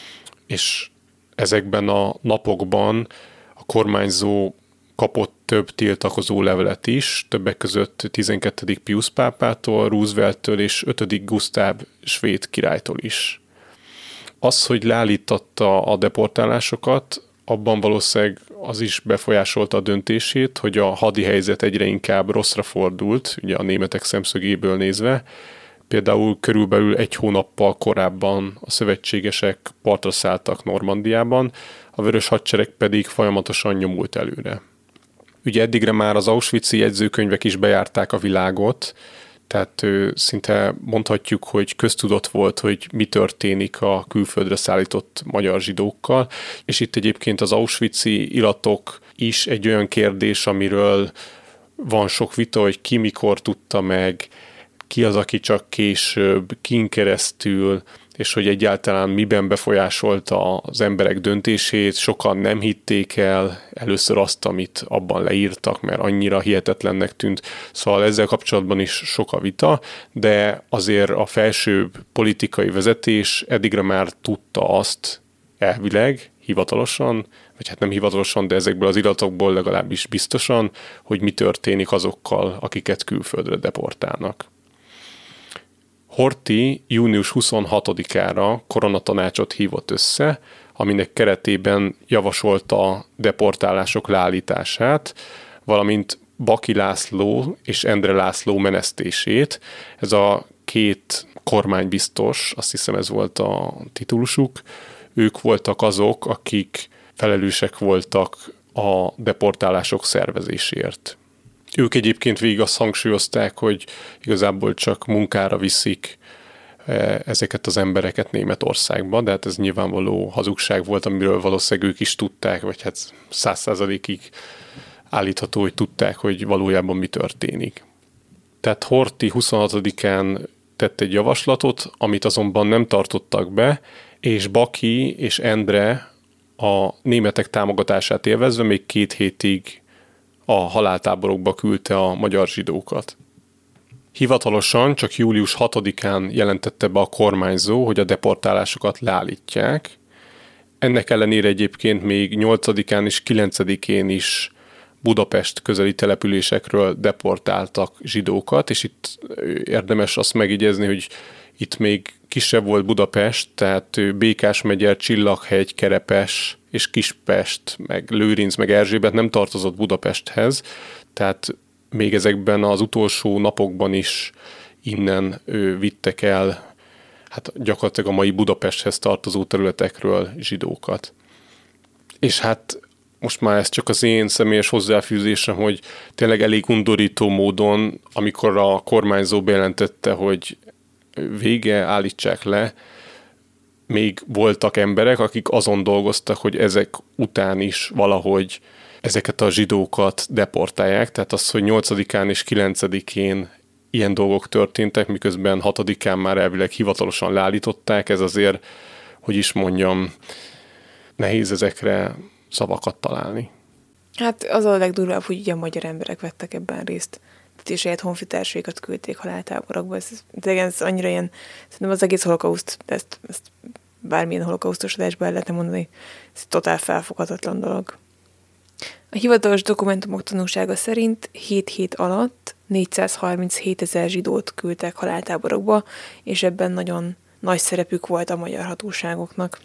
és ezekben a napokban a kormányzó kapott több tiltakozó levelet is, többek között tizenkettedik Piusz pápától, Roosevelttől és ötödik Gusztáv svéd királytól is. Az, hogy leállította a deportálásokat, abban valószínűleg az is befolyásolta a döntését, hogy a hadi helyzet egyre inkább rosszra fordult, ugye a németek szemszögéből nézve. Például körülbelül egy hónappal korábban a szövetségesek partra szálltak Normandiában, a Vörös Hadsereg pedig folyamatosan nyomult előre. Ugye eddigre már az auschwitzi jegyzőkönyvek is bejárták a világot, tehát szinte mondhatjuk, hogy köztudott volt, hogy mi történik a külföldre szállított magyar zsidókkal, és itt egyébként az auschwitzi iratok is egy olyan kérdés, amiről van sok vita, hogy ki mikor tudta meg, ki az, aki csak később, kin keresztül, és hogy egyáltalán miben befolyásolta az emberek döntését, sokan nem hitték el először azt, amit abban leírtak, mert annyira hihetetlennek tűnt. Szóval ezzel kapcsolatban is sok a vita, de azért a felsőbb politikai vezetés eddigre már tudta azt elvileg, hivatalosan, vagy hát nem hivatalosan, de ezekből az iratokból legalábbis biztosan, hogy mi történik azokkal, akiket külföldre deportálnak. Horthy június huszonhatodikára koronatanácsot hívott össze, aminek keretében javasolta a deportálások leállítását, valamint Baki László és Endre László menesztését. Ez a két kormánybiztos, azt hiszem ez volt a titulusuk, ők voltak azok, akik felelősek voltak a deportálások szervezéséért. Ők egyébként végig azt hangsúlyozták, hogy igazából csak munkára viszik ezeket az embereket Németországba, de hát ez nyilvánvaló hazugság volt, amiről valószínűleg ők is tudták, vagy hát száz százalékig állítható, hogy tudták, hogy valójában mi történik. Tehát Horthy huszonhatodikán tett egy javaslatot, amit azonban nem tartottak be, és Baki és Endre a németek támogatását élvezve még két hétig a haláltáborokba küldte a magyar zsidókat. Hivatalosan csak július hatodikán jelentette be a kormányzó, hogy a deportálásokat leállítják. Ennek ellenére egyébként még nyolcadikán és kilencedikén is Budapest közeli településekről deportáltak zsidókat, és itt érdemes azt megjegyezni, hogy itt még kisebb volt Budapest, tehát Békás-megyer, Csillaghegy, Kerepes és Kispest, meg Lőrinc, meg Erzsébet nem tartozott Budapesthez, tehát még ezekben az utolsó napokban is innen ő, vittek el hát gyakorlatilag a mai Budapesthez tartozó területekről zsidókat. És hát most már ez csak az én személyes hozzáfűzésem, hogy tényleg elég undorító módon, amikor a kormányzó bejelentette, hogy vége, állítsák le, még voltak emberek, akik azon dolgoztak, hogy ezek után is valahogy ezeket a zsidókat deportálják, tehát az, hogy nyolcadikán és kilencedikén ilyen dolgok történtek, miközben hatodikán már elvileg hivatalosan leállították, ez azért, hogy is mondjam, nehéz ezekre szavakat találni. Hát az a legdurvább, hogy ugye a magyar emberek vettek ebben részt. Tehát és saját honfitársaikat küldték haláltáborokba. Ez, ez annyira ilyen, szerintem az egész holokauszt, ezt, ezt bármilyen holokausztos adásban el lehetne mondani, ez totál felfoghatatlan dolog. A hivatalos dokumentumok tanúsága szerint hét hét alatt négyszázharminchétezer zsidót küldtek haláltáborokba, és ebben nagyon nagy szerepük volt a magyar hatóságoknak.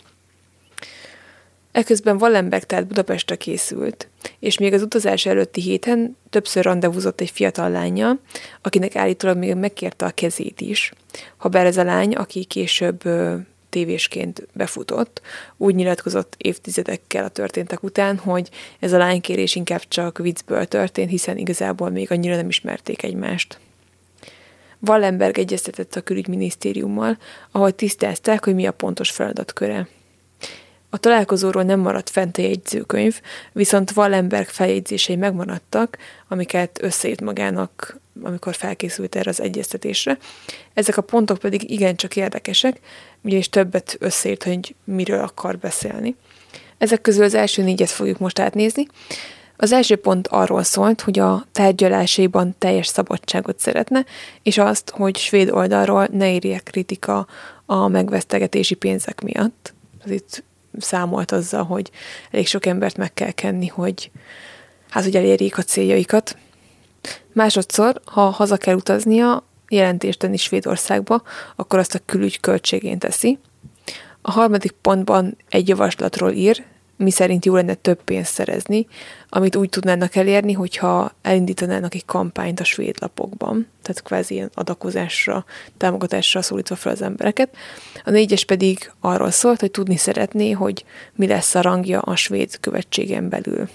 Eközben Wallenberg tehát Budapestre készült, és még az utazás előtti héten többször randevúzott egy fiatal lánnyal, akinek állítólag még megkérte a kezét is. Habár ez a lány, aki később ö, tévésként befutott, úgy nyilatkozott évtizedekkel a történtek után, hogy ez a lánykérés inkább csak viccből történt, hiszen igazából még annyira nem ismerték egymást. Wallenberg egyeztetett a külügyminisztériummal, ahol tisztázták, hogy mi a pontos feladatköre. A találkozóról nem maradt fent a jegyzőkönyv, viszont Wallenberg feljegyzései megmaradtak, amiket összeírt magának, amikor felkészült erre az egyeztetésre. Ezek a pontok pedig igencsak érdekesek, ugyanis többet összeírt, hogy miről akar beszélni. Ezek közül az első négyet fogjuk most átnézni. Az első pont arról szólt, hogy a tárgyalásaiban teljes szabadságot szeretne, és azt, hogy svéd oldalról ne érje kritika a megvesztegetési pénzek miatt. Az itt számolt azzal, hogy elég sok embert meg kell kenni, hogy, hát, hogy elérjék a céljaikat. Másodszor, ha haza kell utaznia, jelentést tenni Svédországba, akkor azt a külügy költségén teszi. A harmadik pontban egy javaslatról ír, miszerint jó lenne több pénzt szerezni, amit úgy tudnának elérni, hogyha elindítanának egy kampányt a svéd lapokban, tehát kvázi ilyen adakozásra, támogatásra szólítva fel az embereket. A négyes pedig arról szólt, hogy tudni szeretné, hogy mi lesz a rangja a svéd követségen belül.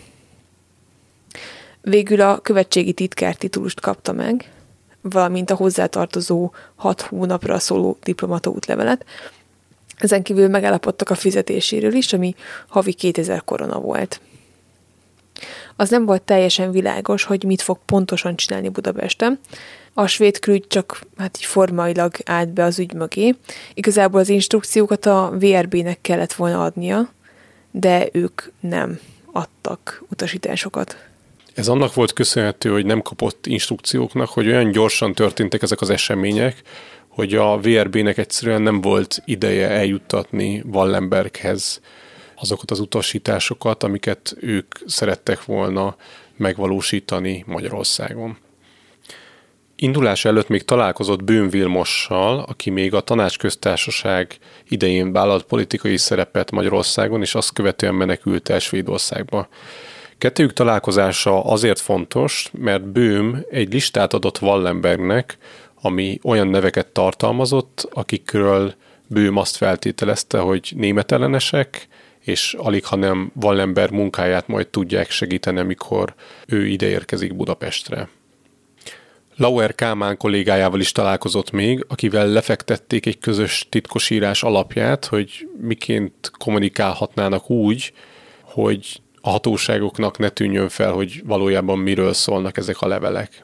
Végül a követségi titkár titulust kapta meg, valamint a hozzátartozó hat hónapra szóló diplomata útlevelet. Ezen kívül megállapodtak a fizetéséről is, ami havi kétezer korona volt. Az nem volt teljesen világos, hogy mit fog pontosan csinálni Budapesten. A svéd külügy csak hát így formailag állt be az ügy mögé. Igazából az instrukciókat a vé er bé-nek kellett volna adnia, de ők nem adtak utasításokat. Ez annak volt köszönhető, hogy nem kapott instrukcióknak, hogy olyan gyorsan történtek ezek az események, hogy a vé er bé-nek egyszerűen nem volt ideje eljuttatni Wallenberghez azokat az utasításokat, amiket ők szerettek volna megvalósítani Magyarországon. Indulás előtt még találkozott Böhm Vilmossal, aki még a Tanácsköztársaság idején vállalt politikai szerepet Magyarországon, és azt követően menekült el Svédországba. Kettőjük találkozása azért fontos, mert Böhm egy listát adott Wallenbergnek, ami olyan neveket tartalmazott, akikről Böhm azt feltételezte, hogy németellenesek, és alig, ha nem Wallenberg munkáját majd tudják segíteni, amikor ő ide érkezik Budapestre. Lauer Kálmán kollégájával is találkozott még, akivel lefektették egy közös titkosírás alapját, hogy miként kommunikálhatnának úgy, hogy a hatóságoknak ne tűnjön fel, hogy valójában miről szólnak ezek a levelek.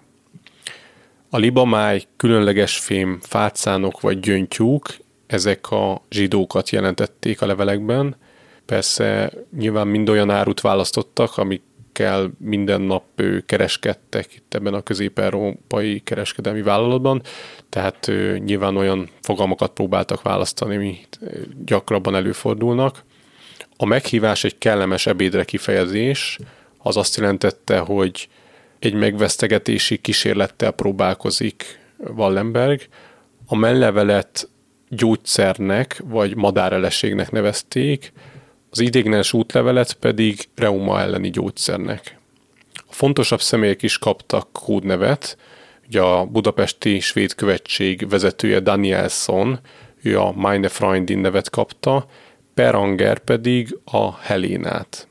A libamáj, különleges fém, fácánok vagy gyöngytyúk, ezek a zsidókat jelentették a levelekben. Persze nyilván mind olyan árut választottak, amikkel minden nap kereskedtek itt ebben a közép-európai kereskedelmi vállalatban, tehát nyilván olyan fogalmakat próbáltak választani, ami gyakrabban előfordulnak. A meghívás egy kellemes ebédre kifejezés, az azt jelentette, hogy egy megvesztegetési kísérlettel próbálkozik Wallenberg. A menlevelet gyógyszernek vagy madárelességnek nevezték, az ideiglenes útlevelet pedig reuma elleni gyógyszernek. A fontosabb személyek is kaptak kódnevet, ugye a budapesti svéd követség vezetője Danielsson, ő a Meine Freundin nevet kapta, Per Anger pedig a Helénát.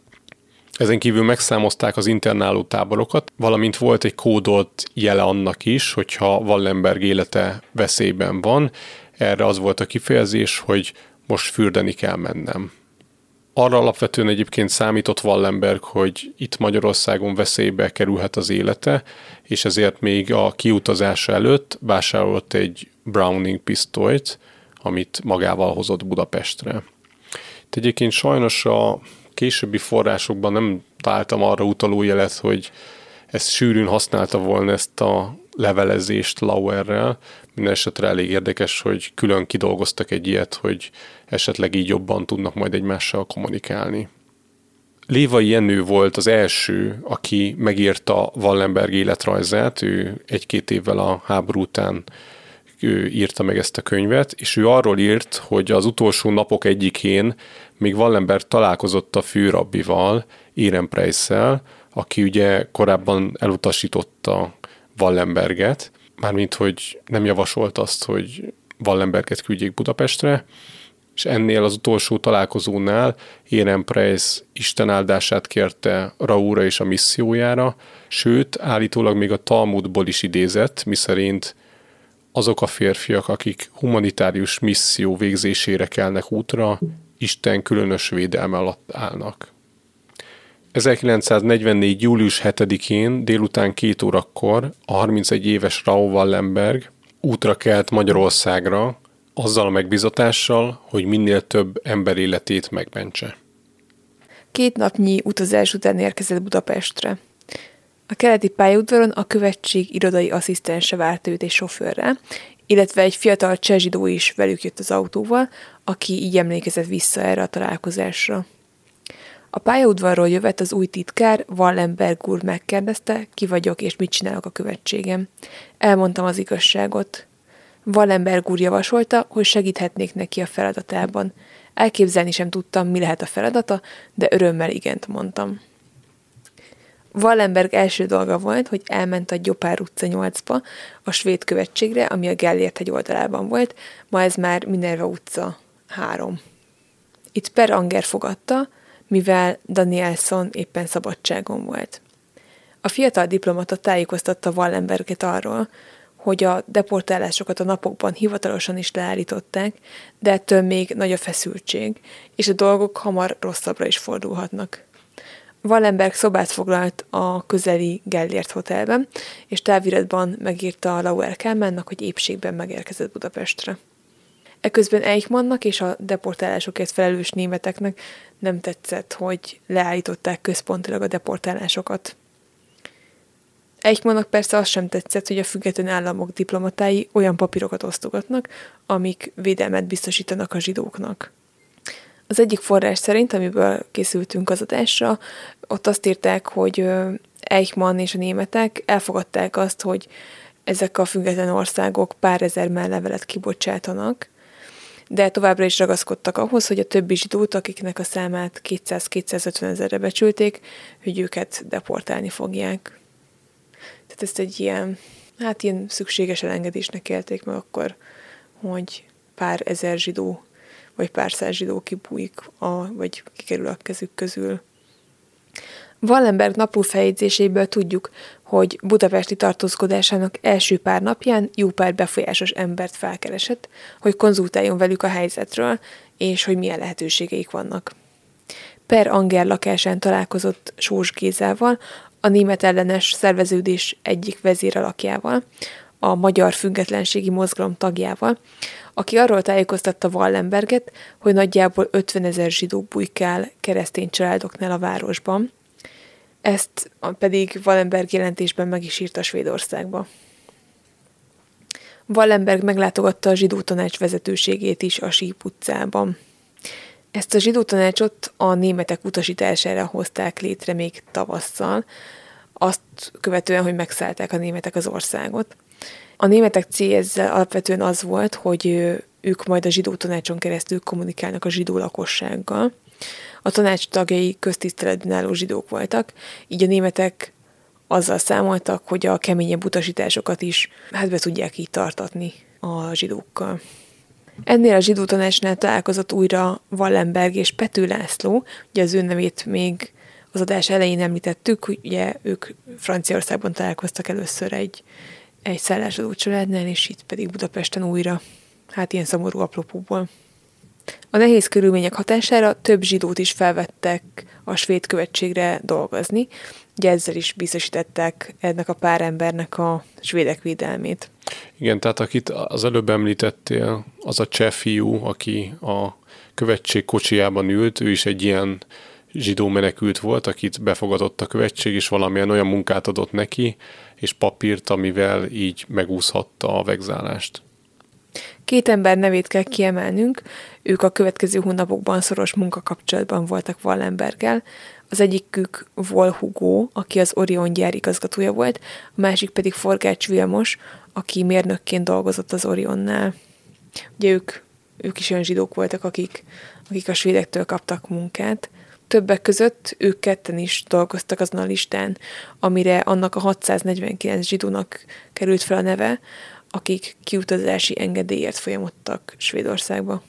Ezen kívül megszámozták az internáló táborokat, valamint volt egy kódolt jele annak is, hogyha Wallenberg élete veszélyben van. Erre az volt a kifejezés, hogy most fürdeni kell mennem. Arra alapvetően egyébként számított Wallenberg, hogy itt Magyarországon veszélybe kerülhet az élete, és ezért még a kiutazása előtt vásárolt egy Browning pisztolyt, amit magával hozott Budapestre. Itt egyébként sajnos a későbbi forrásokban nem találtam arra utaló jelet, hogy ezt sűrűn használta volna ezt a levelezést Lauerrel. Minden esetre elég érdekes, hogy külön kidolgoztak egy ilyet, hogy esetleg így jobban tudnak majd egymással kommunikálni. Lévai Jenő volt az első, aki megírta Wallenberg életrajzát, ő egy-két évvel a háború után ő írta meg ezt a könyvet, és ő arról írt, hogy az utolsó napok egyikén még Wallenberg találkozott a főrabbival, Ehrenpreisszel, aki ugye korábban elutasította Wallenberget, mármint hogy nem javasolt azt, hogy Wallenberget küldjék Budapestre, és ennél az utolsó találkozónál Ehrenpreisz Isten áldását kérte Raúra és a missziójára, sőt, állítólag még a Talmudból is idézett, miszerint azok a férfiak, akik humanitárius misszió végzésére kelnek útra, Isten különös védelme alatt állnak. ezerkilencszáznegyvennégy. július hetedikén délután két órakor a harmincegy éves Raoul Wallenberg útra kelt Magyarországra, azzal a megbizatással, hogy minél több ember életét megmentse. Két napnyi utazás után érkezett Budapestre. A keleti pályaudvaron a követség irodai asszisztense várt őt egy sofőrrel, illetve egy fiatal cseh zsidó is velük jött az autóval, aki így emlékezett vissza erre a találkozásra. A pályaudvarról jövet az új titkár, Wallenberg úr megkérdezte, ki vagyok és mit csinálok a követségem. Elmondtam az igazságot. Wallenberg úr javasolta, hogy segíthetnék neki a feladatában. Elképzelni sem tudtam, mi lehet a feladata, de örömmel igent mondtam. Wallenberg első dolga volt, hogy elment a Gyopár utca nyolcba, a svéd követségre, ami a Gellért hegy oldalában volt, ma ez már Minerva utca három. Itt Per Anger fogadta, mivel Danielsson éppen szabadságon volt. A fiatal diplomata tájékoztatta Wallenberget arról, hogy a deportálásokat a napokban hivatalosan is leállították, de ettől még nagy a feszültség, és a dolgok hamar rosszabbra is fordulhatnak. Wallenberg szobát foglalt a közeli Gellért hotelben, és táviratban megírta a Lauer Kálmánnak, hogy épségben megérkezett Budapestre. Eközben Eichmannnak és a deportálásokért felelős németeknek nem tetszett, hogy leállították központilag a deportálásokat. Eichmannnak persze az sem tetszett, hogy a független államok diplomatái olyan papírokat osztogatnak, amik védelmet biztosítanak a zsidóknak. Az egyik forrás szerint, amiből készültünk az adásra, ott azt írták, hogy Eichmann és a németek elfogadták azt, hogy ezek a független országok pár ezer mellevelet kibocsátanak, de továbbra is ragaszkodtak ahhoz, hogy a többi zsidót, akiknek a számát kétszáz-kétszázötven ezerre becsülték, hogy őket deportálni fogják. Tehát ezt egy ilyen, hát ilyen szükséges elengedésnek élték meg akkor, hogy pár ezer zsidó, vagy pár száz zsidó kibújik, a, vagy kikerül a kezük közül. Wallenberg naplófeljegyzéséből tudjuk, hogy budapesti tartózkodásának első pár napján jó pár befolyásos embert felkeresett, hogy konzultáljon velük a helyzetről, és hogy milyen lehetőségeik vannak. Per Anger lakásán találkozott Sós Gézával, a német ellenes szerveződés egyik vezéralakjával, a Magyar Függetlenségi Mozgalom tagjával, aki arról tájékoztatta Wallenberget, hogy nagyjából ötvenezer zsidó bujkál keresztény családoknál a városban. Ezt pedig Wallenberg jelentésben meg is írta Svédországba. Wallenberg meglátogatta a zsidó tanács vezetőségét is a Síp utcában. Ezt a zsidó tanácsot a németek utasítására hozták létre még tavasszal, azt követően, hogy megszállták a németek az országot. A németek célja ezzel alapvetően az volt, hogy ők majd a zsidó tanácson keresztül kommunikálnak a zsidó lakossággal. A tanács tagjai köztiszteletben álló zsidók voltak, így a németek azzal számoltak, hogy a keményebb utasításokat is hát be tudják így tartatni a zsidókkal. Ennél a zsidó tanácsnál találkozott újra Wallenberg és Pető László, ugye az ő nevét még az adás elején említettük, ugye ők Franciaországban találkoztak először egy, egy szállásadó családnál, és itt pedig Budapesten újra, hát ilyen szomorú apropóból. A nehéz körülmények hatására több zsidót is felvettek a svéd követségre dolgozni, ugye ezzel is biztosították ennek a pár embernek a svédek védelmét. Igen, tehát akit az előbb említettél, az a cseh fiú, aki a követség kocsijában ült, ő is egy ilyen zsidó menekült volt, akit befogadott a követség, és valamilyen olyan munkát adott neki, és papírt, amivel így megúszhatta a vegzálást. Két ember nevét kell kiemelnünk, ők a következő hónapokban szoros munkakapcsolatban voltak Wallenberggel. Az egyikük Vol Hugo, aki az Orion gyár igazgatója volt, a másik pedig Forgács Vilmos, aki mérnökként dolgozott az Orionnál. Ugye ők, ők is olyan zsidók voltak, akik, akik a svédektől kaptak munkát. Többek között ők ketten is dolgoztak azon a listán, amire annak a hatszáznegyvenkilenc zsidónak került fel a neve, akik kiutazási engedélyért folyamodtak Svédországba.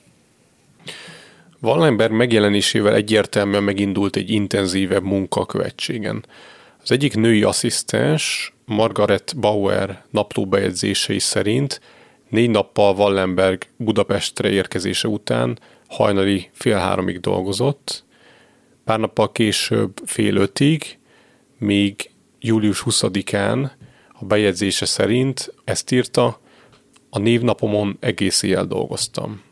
Wallenberg megjelenésével egyértelműen megindult egy intenzívebb munka a követségen. Az egyik női asszisztens, Margaret Bauer naplóbejegyzései szerint négy nappal Wallenberg Budapestre érkezése után hajnali fél háromig dolgozott, pár nappal később fél ötig, míg július huszadikán a bejegyzése szerint ezt írta, a névnapomon egész éjjel dolgoztam.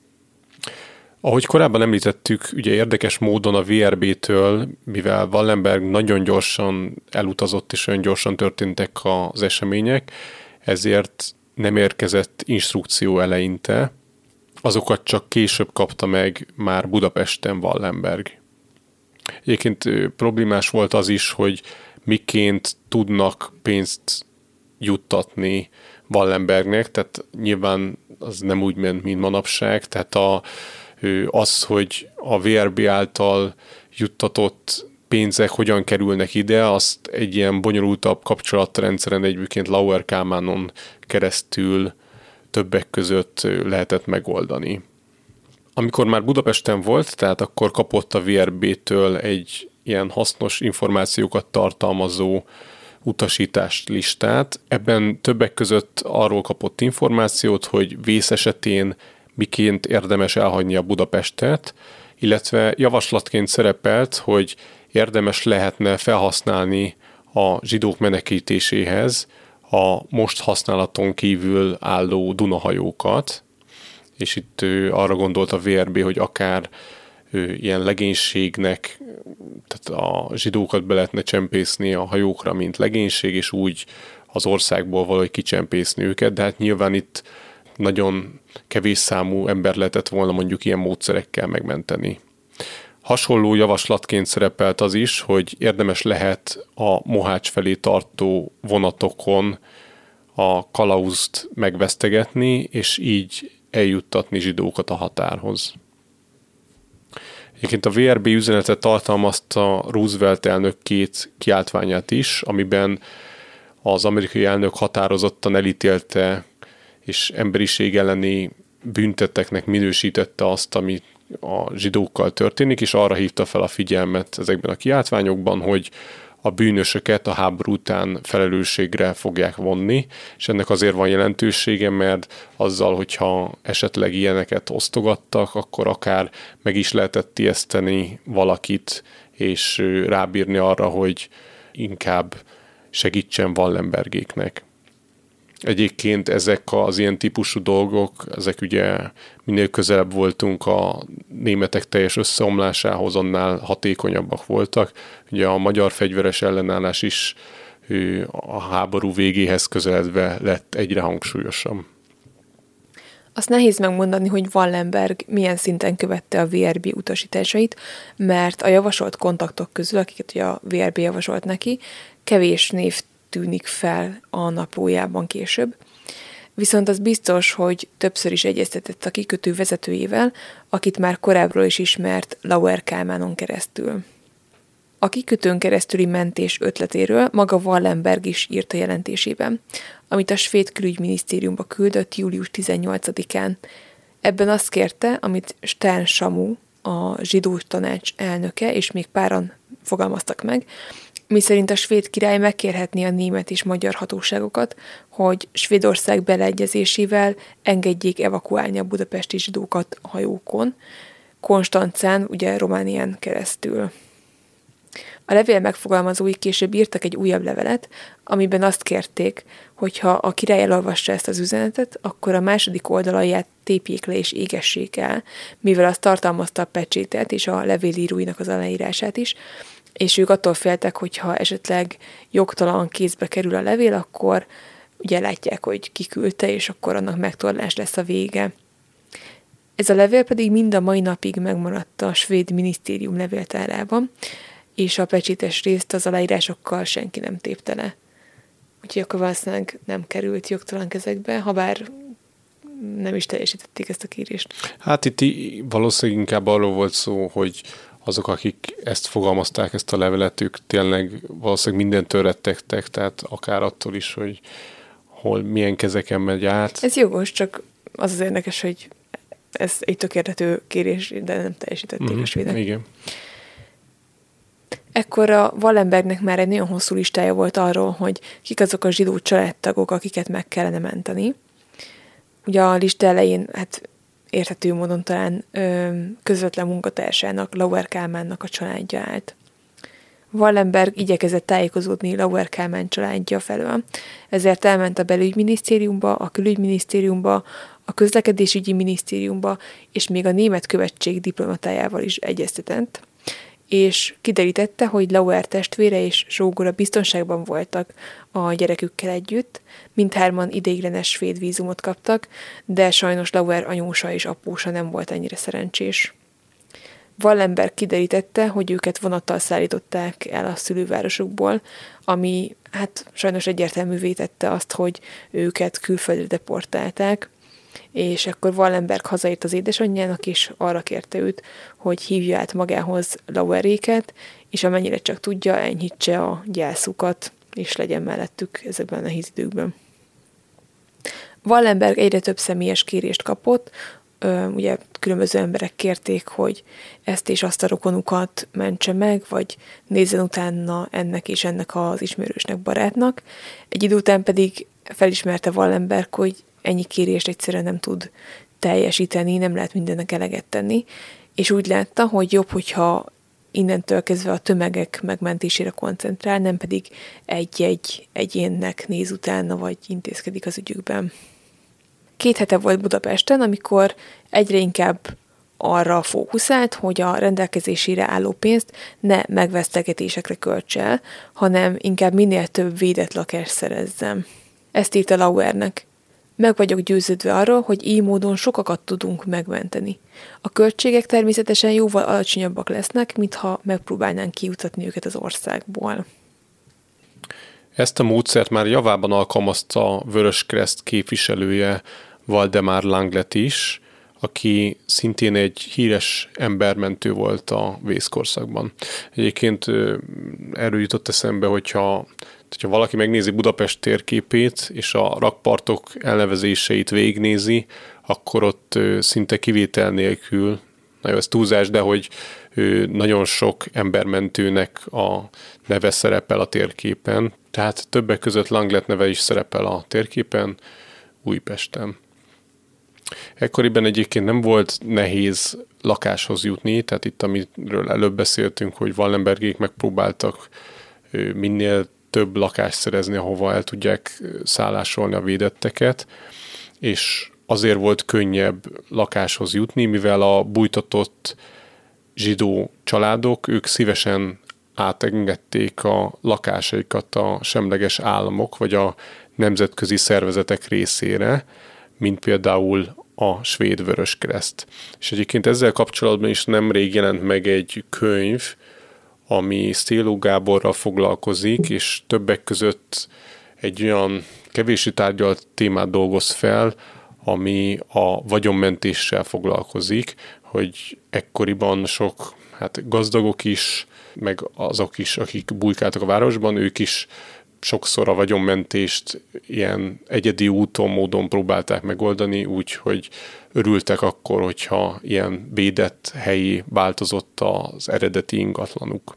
Ahogy korábban említettük, ugye érdekes módon a vé er bé-től, mivel Wallenberg nagyon gyorsan elutazott és olyan gyorsan történtek az események, ezért nem érkezett instrukció eleinte, azokat csak később kapta meg már Budapesten Wallenberg. Egyébként problémás volt az is, hogy miként tudnak pénzt juttatni Wallenbergnek, tehát nyilván az nem úgy ment, mint manapság, tehát a, az, hogy a vé er bé által juttatott pénzek hogyan kerülnek ide, azt egy ilyen bonyolultabb kapcsolatrendszeren egyébként Lauer Kálmánon keresztül többek között lehetett megoldani. Amikor már Budapesten volt, tehát akkor kapott a vé er bé-től egy ilyen hasznos információkat tartalmazó utasítás listát. Ebben többek között arról kapott információt, hogy vész esetén miként érdemes elhagyni a Budapestet, illetve javaslatként szerepelt, hogy érdemes lehetne felhasználni a zsidók menekítéséhez a most használaton kívül álló Dunahajókat, és itt arra gondolt a vé er bé, hogy akár ilyen legénységnek, tehát a zsidókat be lehetne csempészni a hajókra, mint legénység, és úgy az országból valahogy kicsempészni őket, de hát nyilván itt nagyon kevés számú ember lehetett volna mondjuk ilyen módszerekkel megmenteni. Hasonló javaslatként szerepelt az is, hogy érdemes lehet a Mohács felé tartó vonatokon a kalauzt megvesztegetni, és így eljuttatni zsidókat a határhoz. Egyébként a vé er bé üzenetet tartalmazta Roosevelt elnök két kiáltványát is, amiben az amerikai elnök határozottan elítélte és emberiség elleni büntetteknek minősítette azt, amit a zsidókkal történik, és arra hívta fel a figyelmet ezekben a kiáltványokban, hogy a bűnösöket a háború után felelősségre fogják vonni, és ennek azért van jelentősége, mert azzal, hogyha esetleg ilyeneket osztogattak, akkor akár meg is lehetett ijeszteni valakit, és rábírni arra, hogy inkább segítsen Wallenbergéknek. Egyébként ezek az ilyen típusú dolgok, ezek ugye minél közelebb voltunk a németek teljes összeomlásához, annál hatékonyabbak voltak. Ugye a magyar fegyveres ellenállás is a háború végéhez közeledve lett egyre hangsúlyosabb. Azt nehéz megmondani, hogy Wallenberg milyen szinten követte a vé er bé utasításait, mert a javasolt kontaktok közül, akiket ugye a vé er bé javasolt neki, kevés név tűnik fel a naplójában később. Viszont az biztos, hogy többször is egyeztetett a kikötő vezetőjével, akit már korábbról is ismert Lauer Kálmánon keresztül. A kikötőn keresztüli mentés ötletéről maga Wallenberg is írt a jelentésében, amit a svéd külügyminisztériumba küldött július tizennyolcadikán. Ebben azt kérte, amit Stern Samu, a zsidó tanács elnöke, és még páran fogalmaztak meg, miszerint a svéd király megkérhetné a német és magyar hatóságokat, hogy Svédország beleegyezésével engedjék evakuálni a budapesti zsidókat a hajókon, Konstancán, ugye Románián keresztül. A levél megfogalmazói később írtak egy újabb levelet, amiben azt kérték, hogy ha a király elolvassa ezt az üzenetet, akkor a második oldalaját tépjék le és égessék el, mivel az tartalmazta a pecsétet és a levélíróinak az aláírását is, és ők attól féltek, hogy ha esetleg jogtalan kézbe kerül a levél, akkor ugye látják, hogy kiküldte, és akkor annak megtorlás lesz a vége. Ez a levél pedig mind a mai napig megmaradt a svéd minisztérium levéltárában, és a pecsétes részt az aláírásokkal senki nem tépte le. Úgyhogy akkor valószínűleg nem került jogtalan kezekbe, ha bár nem is teljesítették ezt a kérést. Hát itt valószínűleg inkább arról volt szó, hogy azok, akik ezt fogalmazták, ezt a levelet, ők tényleg valószínűleg mindentől rettegtek, tehát akár attól is, hogy hol, milyen kezeken megy át. Ez jogos, csak az az érdekes, hogy ez egy tökéletű kérés, de nem teljesítették mm-hmm. a svédek. Igen. Ekkor a Wallenbergnek már egy nagyon hosszú listája volt arról, hogy kik azok a zsidó családtagok, akiket meg kellene menteni. Ugye a lista elején, hát érthető módon talán ö, közvetlen munkatársának, Lauer Kálmánnak a családja állt. Wallenberg igyekezett tájékozódni Lauer Kálmán családja felől, ezért elment a belügyminisztériumba, a külügyminisztériumba, a közlekedésügyi minisztériumba, és még a német követség diplomatájával is egyeztetett, és kiderítette, hogy Lauer testvére és sógora biztonságban voltak a gyerekükkel együtt, mindhárman ideiglenes svéd vízumot kaptak, de sajnos Lauer anyósa és apósa nem volt ennyire szerencsés. Wallenberg kiderítette, hogy őket vonattal szállították el a szülővárosukból, ami hát sajnos egyértelművé tette azt, hogy őket külföldre deportálták, és akkor Wallenberg hazaírt az édesanyjának, és arra kérte őt, hogy hívja át magához Laueréket, és amennyire csak tudja, enyhítse a gyászukat, és legyen mellettük ezekben a nehéz időkben. Wallenberg egyre több személyes kérést kapott, ugye különböző emberek kérték, hogy ezt és azt a rokonukat mentse meg, vagy nézzen utána ennek és ennek az ismerősnek, barátnak. Egy idő után pedig felismerte Wallenberg, hogy ennyi kérést egyszerűen nem tud teljesíteni, nem lehet mindennek eleget tenni, és úgy látta, hogy jobb, hogyha innentől kezdve a tömegek megmentésére koncentrál, nem pedig egy-egy egyénnek néz utána, vagy intézkedik az ügyükben. Két hete volt Budapesten, amikor egyre inkább arra fókuszált, hogy a rendelkezésére álló pénzt ne megvesztegetésekre költse el, hanem inkább minél több védett lakást szerezzem. Ezt írta Lauernek. Meg vagyok győződve arról, hogy így módon sokakat tudunk megmenteni. A költségek természetesen jóval alacsonyabbak lesznek, mintha megpróbálnánk kijutatni őket az országból. Ezt a módszert már javában alkalmazta a Vöröskereszt képviselője Waldemar Langlet is, aki szintén egy híres embermentő volt a vészkorszakban. Egyébként erről jutott eszembe, hogyha, hogyha valaki megnézi Budapest térképét, és a rakpartok elnevezéseit végignézi, akkor ott szinte kivétel nélkül na jó, ez túlzás, de hogy nagyon sok embermentőnek a neve szerepel a térképen, tehát többek között Langlet neve is szerepel a térképen Újpesten. Ekkoriban egyébként nem volt nehéz lakáshoz jutni, tehát itt, amiről előbb beszéltünk, hogy Wallenbergék megpróbáltak minél több lakást szerezni, ahova el tudják szállásolni a védetteket, és azért volt könnyebb lakáshoz jutni, mivel a bújtatott zsidó családok, ők szívesen átengedték a lakásaikat a semleges államok, vagy a nemzetközi szervezetek részére, mint például a Svéd Vöröskereszt. És egyébként ezzel kapcsolatban is nemrég jelent meg egy könyv, ami Széló Gáborral foglalkozik, és többek között egy olyan kevéssé tárgyalt témát dolgoz fel, ami a vagyonmentéssel foglalkozik, hogy ekkoriban sok hát gazdagok is, meg azok is, akik bujkáltak a városban, ők is sokszor a vagyonmentést ilyen egyedi úton, módon próbálták megoldani, úgyhogy örültek akkor, hogyha ilyen védett helyi változott az eredeti ingatlanuk.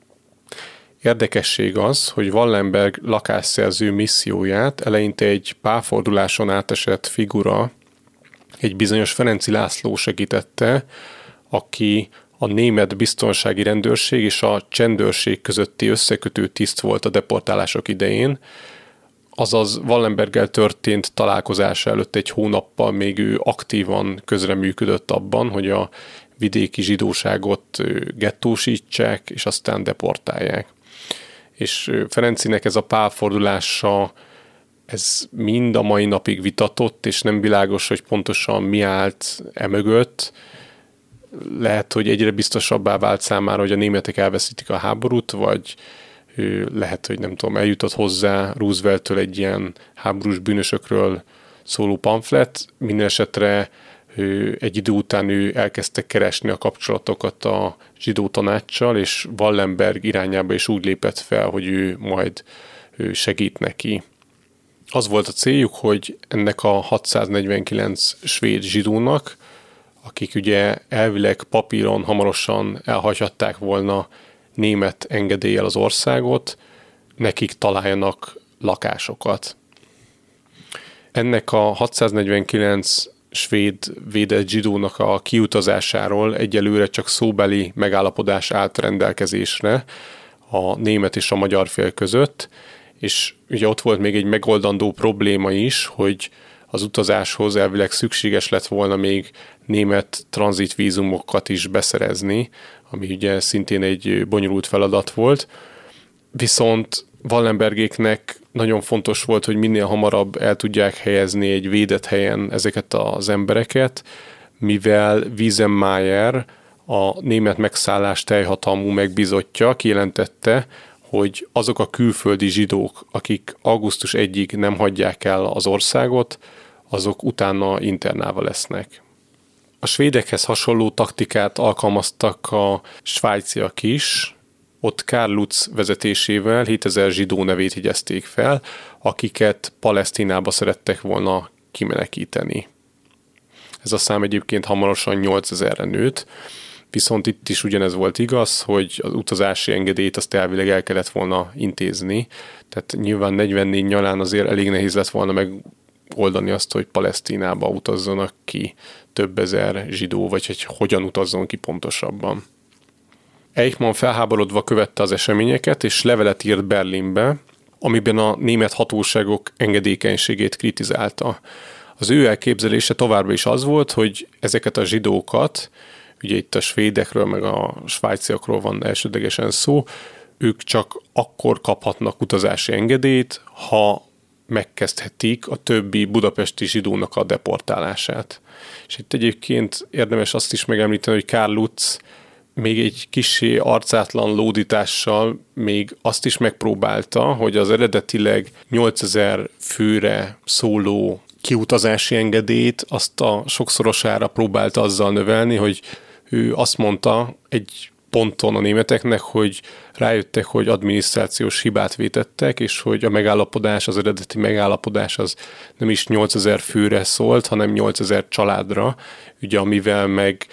Érdekesség az, hogy Wallenberg lakásszerző misszióját eleinte egy pálforduláson átesett figura, egy bizonyos Ferenczy László segítette, aki a német biztonsági rendőrség és a csendőrség közötti összekötő tiszt volt a deportálások idején, azaz Wallenberggel történt találkozása előtt egy hónappal még ő aktívan közreműködött abban, hogy a vidéki zsidóságot gettósítsák, és aztán deportálják. És Ferencinek ez a pálfordulása, ez mind a mai napig vitatott, és nem világos, hogy pontosan mi állt emögött. Lehet, hogy egyre biztosabbá vált számára, hogy a németek elveszítik a háborút, vagy lehet, hogy nem tudom, eljutott hozzá Roosevelttől egy ilyen háborús bűnösökről szóló pamflet. Minden esetre egy idő után ő elkezdte keresni a kapcsolatokat a zsidó tanácssal, és Wallenberg irányába is úgy lépett fel, hogy ő majd segít neki. Az volt a céljuk, hogy ennek a hatszáznegyvenkilenc svéd zsidónak, akik ugye elvileg papíron hamarosan elhagyhatták volna német engedéllyel az országot, nekik találjanak lakásokat. Ennek a hatszáznegyvenkilenc svéd védett zsidónak a kiutazásáról egyelőre csak szóbeli megállapodás állt rendelkezésre a német és a magyar fél között, és ugye ott volt még egy megoldandó probléma is, hogy az utazáshoz elvileg szükséges lett volna még német tranzitvízumokat is beszerezni, ami ugye szintén egy bonyolult feladat volt. Viszont Wallenbergéknek nagyon fontos volt, hogy minél hamarabb el tudják helyezni egy védett helyen ezeket az embereket, mivel Wiesenmayer, a német megszállás teljhatalmú megbízottja kijelentette, hogy azok a külföldi zsidók, akik augusztus elsejéig nem hagyják el az országot, azok utána internálva lesznek. A svédekhez hasonló taktikát alkalmaztak a svájciak is, ott Karl Lutz vezetésével hétezer zsidó nevét jegyezték fel, akiket Palesztinába szerettek volna kimenekíteni. Ez a szám egyébként hamarosan nyolcezerre nőtt, viszont itt is ugyanez volt igaz, hogy az utazási engedélyt azt elvileg el kellett volna intézni, tehát nyilván negyvennégy nyarán azért elég nehéz lett volna megoldani azt, hogy Palesztinába utazzanak ki több ezer zsidó, vagy hogy hogyan utazzon ki pontosabban. Eichmann felháborodva követte az eseményeket, és levelet írt Berlinbe, amiben a német hatóságok engedékenységét kritizálta. Az ő elképzelése továbbra is az volt, hogy ezeket a zsidókat, ugye itt a svédekről, meg a svájciakról van elsődlegesen szó, ők csak akkor kaphatnak utazási engedélyt, ha megkezdhetik a többi budapesti zsidónak a deportálását. És itt egyébként érdemes azt is megemlíteni, hogy Karl Lutz még egy kissé arcátlan lódítással még azt is megpróbálta, hogy az eredetileg nyolcezer főre szóló kiutazási engedélyt azt a sokszorosára próbálta azzal növelni, hogy ő azt mondta egy ponton a németeknek, hogy rájöttek, hogy adminisztrációs hibát vétettek, és hogy a megállapodás, az eredeti megállapodás az nem is nyolcezer főre szólt, hanem nyolcezer családra, ugye amivel meg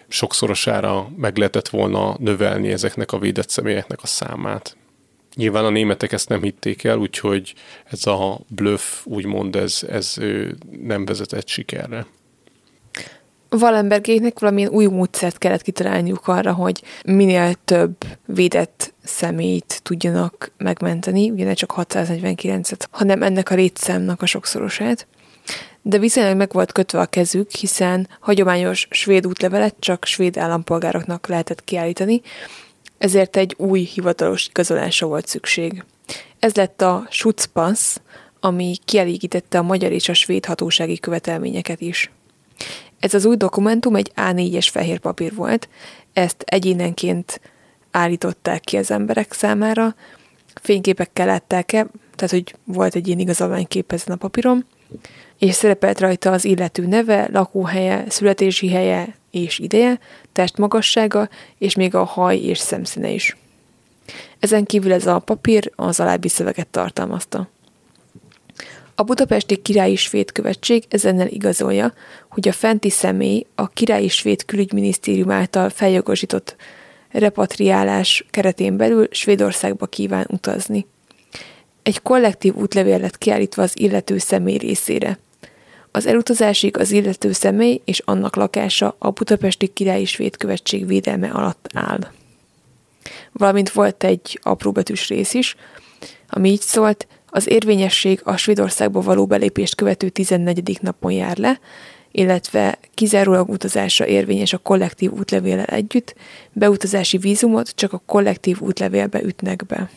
sokszorosára meg lehetett volna növelni ezeknek a védett személyeknek a számát. Nyilván a németek ezt nem hitték el, úgyhogy ez a bluff, úgymond, ez, ez nem vezetett sikerre. Wallenbergéknek valamilyen új módszert kellett kitalálniuk arra, hogy minél több védett személyt tudjanak megmenteni, ugye ne csak hatszáznegyvenkilencet, hanem ennek a létszámnak a sokszorosát. De viszonylag meg volt kötve a kezük, hiszen hagyományos svéd útlevelet csak svéd állampolgároknak lehetett kiállítani, ezért egy új hivatalos igazolásra volt szükség. Ez lett a Schutzpass, ami kielégítette a magyar és a svéd hatósági követelményeket is. Ez az új dokumentum egy á négyes fehér papír volt, ezt egyénenként állították ki az emberek számára, fényképekkel látták el, tehát hogy volt egy ilyen igazolványkép ezen a papíron, és szerepelt rajta az illető neve, lakóhelye, születési helye és ideje, testmagassága, és még a haj és szemszíne is. Ezen kívül ez a papír az alábbi szöveget tartalmazta. A budapesti királyi svéd követség ezennel igazolja, hogy a fenti személy a királyi svéd külügyminisztérium által feljogosított repatriálás keretén belül Svédországba kíván utazni. Egy kollektív útlevél lett kiállítva az illető személy részére. Az elutazásig az illető személy és annak lakása a budapesti királyi svéd követség védelme alatt áll. Valamint volt egy apróbetűs rész is, ami így szólt: az érvényesség a Svédországba való belépést követő tizennegyedik napon jár le, illetve kizárólag utazásra érvényes a kollektív útlevéllel együtt, beutazási vízumot csak a kollektív útlevélbe ütnek be.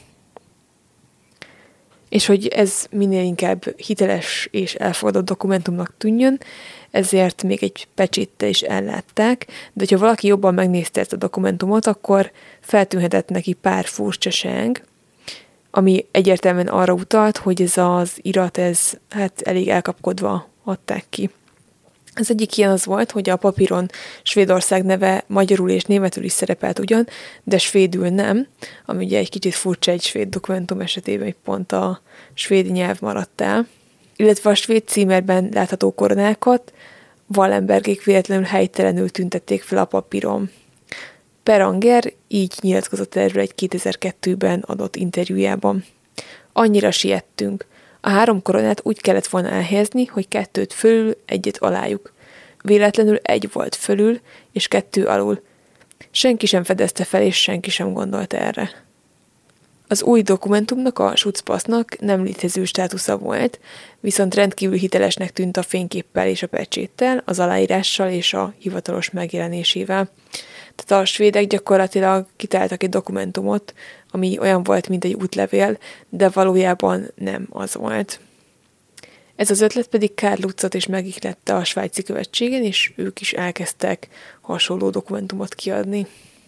És hogy ez minél inkább hiteles és elfogadott dokumentumnak tűnjön, ezért még egy pecséttel is ellátták, de ha valaki jobban megnézte ezt a dokumentumot, akkor feltűnhetett neki pár furcsaság, ami egyértelműen arra utalt, hogy ez az irat, ez hát elég elkapkodva adták ki. Az egyik ilyen az volt, hogy a papíron Svédország neve magyarul és németül is szerepelt ugyan, de svédül nem, ami ugye egy kicsit furcsa egy svéd dokumentum esetében, hogy pont a svéd nyelv maradt el. Illetve a svéd címerben látható koronákat Wallenbergék véletlenül helytelenül tüntették fel a papíron. Per Anger így nyilatkozott erről egy kétezer-kettőben adott interjújában. Annyira siettünk. A három koronát úgy kellett volna elhelyezni, hogy kettőt fölül, egyet alájuk. Véletlenül egy volt fölül, és kettő alul. Senki sem fedezte fel, és senki sem gondolt erre. Az új dokumentumnak, a Schutzpassnak nem létező státusza volt, viszont rendkívül hitelesnek tűnt a fényképpel és a pecséttel, az aláírással és a hivatalos megjelenésével. Tehát a svédek gyakorlatilag kitáltak egy dokumentumot, ami olyan volt, mint egy útlevél, de valójában nem az volt. Ez az ötlet pedig Karl Lutzot is megihlette a svájci követségen, és ők is elkezdtek hasonló dokumentumot kiadni.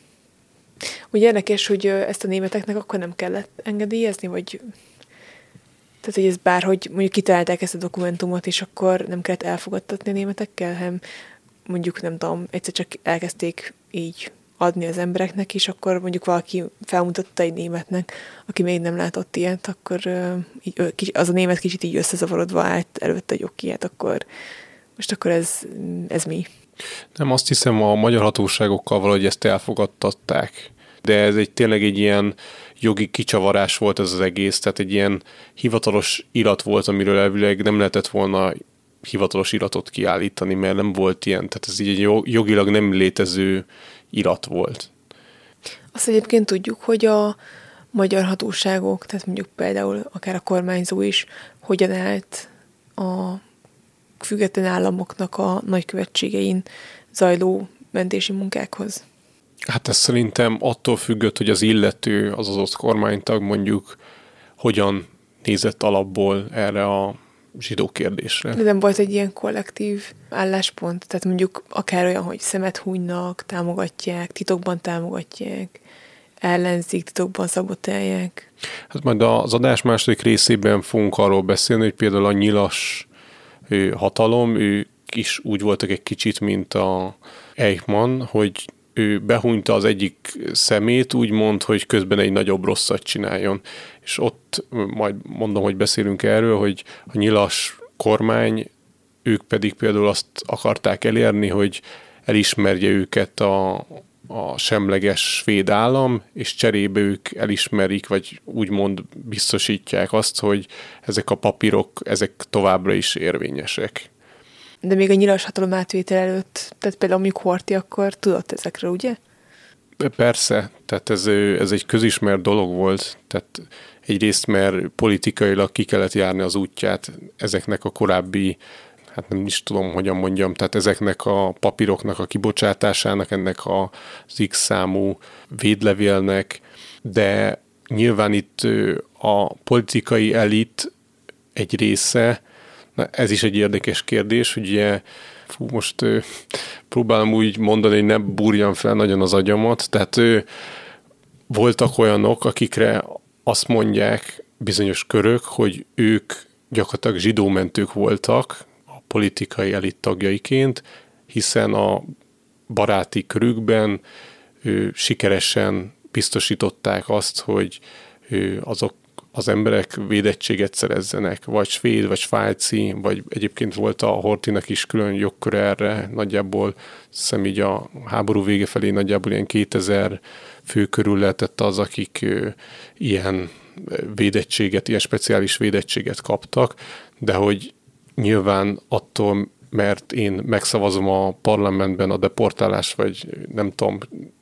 Ugye érdekes, hogy ezt a németeknek akkor nem kellett engedélyezni, vagy tehát, hogy ez bárhogy mondjuk kitalálták ezt a dokumentumot, és akkor nem kellett elfogadtatni a németekkel, hanem mondjuk nem tudom, egyszer csak elkezdték így adni az embereknek, és akkor mondjuk valaki felmutatta egy németnek, aki még nem látott ilyet, akkor így, az a német kicsit így összezavarodva állt előtte, hogy oké, hát akkor most akkor ez, ez mi? Nem, azt hiszem, a magyar hatóságokkal valahogy ezt elfogadtatták, de ez egy tényleg egy ilyen jogi kicsavarás volt ez az egész, tehát egy ilyen hivatalos irat volt, amiről elvileg nem lehetett volna hivatalos iratot kiállítani, mert nem volt ilyen, tehát ez így egy jogilag nem létező irat volt. Azt egyébként tudjuk, hogy a magyar hatóságok, tehát mondjuk például akár a kormányzó is, hogyan állt a független államoknak a nagykövetségein zajló mentési munkákhoz. Hát ez szerintem attól függött, hogy az illető, az az ott kormánytag mondjuk hogyan nézett alapból erre a zsidó kérdésre. De nem volt egy ilyen kollektív álláspont? Tehát mondjuk akár olyan, hogy szemet hunynak, támogatják, titokban támogatják, ellenzik, titokban szabotálják. Hát majd az adás második részében fogunk arról beszélni, hogy például a nyilas ő, hatalom, ők is úgy voltak egy kicsit, mint a Eichmann, hogy ő behunyta az egyik szemét, úgy mond, hogy közben egy nagyobb rosszat csináljon. És ott majd mondom, hogy beszélünk erről, hogy a nyilas kormány, ők pedig például azt akarták elérni, hogy elismerje őket a, a semleges svéd állam, és cserébe ők elismerik, vagy úgymond biztosítják azt, hogy ezek a papírok, ezek továbbra is érvényesek. De még a nyilas hatalom átvétel előtt, tehát például amikor Horthy, akkor tudott ezekről, ugye? Persze, tehát ez, ez egy közismert dolog volt, tehát egyrészt, mert politikailag ki kellett járni az útját ezeknek a korábbi, hát nem is tudom, hogyan mondjam, tehát ezeknek a papíroknak a kibocsátásának, ennek az X számú védlevélnek, de nyilván itt a politikai elit egy része, na ez is egy érdekes kérdés, hogy ugye, fú, most ö, próbálom úgy mondani, hogy ne burjam fel nagyon az agyamat, tehát ö, voltak olyanok, akikre azt mondják bizonyos körök, hogy ők gyakorlatilag zsidómentők voltak a politikai elit tagjaiként, hiszen a baráti körükben ö, sikeresen biztosították azt, hogy ö, azok az emberek védettséget szerezzenek, vagy svéd, vagy svájci, vagy egyébként volt a Horthynak is külön jogköre erre, nagyjából hiszem így a háború vége felé nagyjából ilyen kétezer fő körül lehetett az, akik ö, ilyen védettséget, ilyen speciális védettséget kaptak, de hogy nyilván attól, mert én megszavazom a parlamentben a deportálás, vagy nem tudom,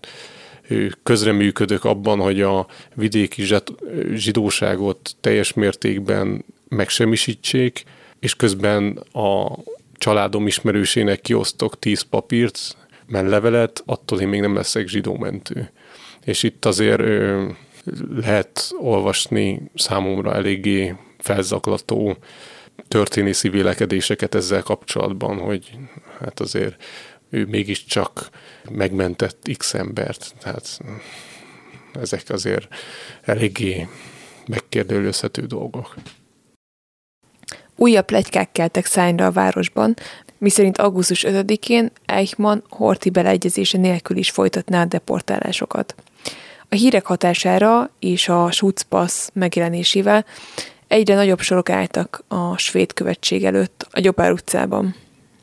közreműködök abban, hogy a vidéki zsidóságot teljes mértékben megsemmisítsék, és közben a családom ismerősének kiosztok tíz papírt, menlevelet, attól én még nem leszek zsidómentő. És itt azért ö, lehet olvasni számomra eléggé felzaklató történészi vélekedéseket ezzel kapcsolatban, hogy hát azért ő mégiscsak megmentett X embert. Tehát ezek azért eléggé megkérdőjelezhető dolgok. Újabb pletykák keltek szányra a városban, miszerint augusztus ötödikén Eichmann Horthy beleegyezése nélkül is folytatná a deportálásokat. A hírek hatására és a Schutzpass megjelenésével egyre nagyobb sorok álltak a svéd követség előtt a Gyopár utcában.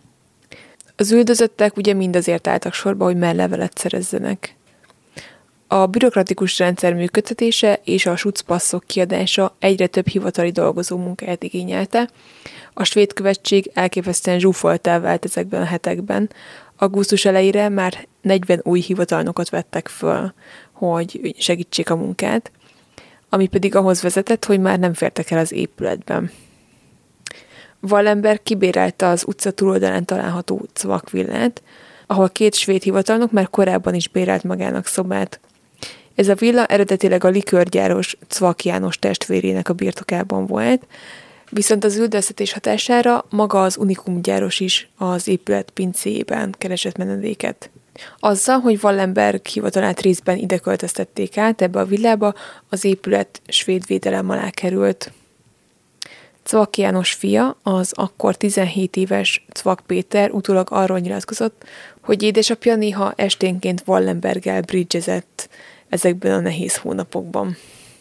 Az üldözöttek ugye mind azért álltak sorba, hogy mellevelet szerezzenek. A bürokratikus rendszer működtetése és a Schutzpasszok kiadása egyre több hivatali dolgozó munkáját igényelte. A svéd követség elképesztően zsúfoltá vált ezekben a hetekben. Augusztus elejére már negyven új hivatalnokot vettek föl, hogy segítsék a munkát, ami pedig ahhoz vezetett, hogy már nem fértek el az épületben. Wallenberg kibérelte az utca túloldalán található Cvak villát, ahol két svéd hivatalnok már korábban is bérelt magának szobát. Ez a villa eredetileg a likőrgyáros Cvak János testvérének a birtokában volt, viszont az üldöztetés hatására maga az Unikum gyáros is az épület pincéjében keresett menedéket. Azzal, hogy Wallenberg hivatalát részben ide költöztették át ebbe a villába, az épület svéd védelem alá került. Cvak János fia, az akkor tizenhét éves Cvak Péter utólag arról nyilatkozott, hogy édesapja néha esténként Wallenberggel bridgezett ezekben a nehéz hónapokban.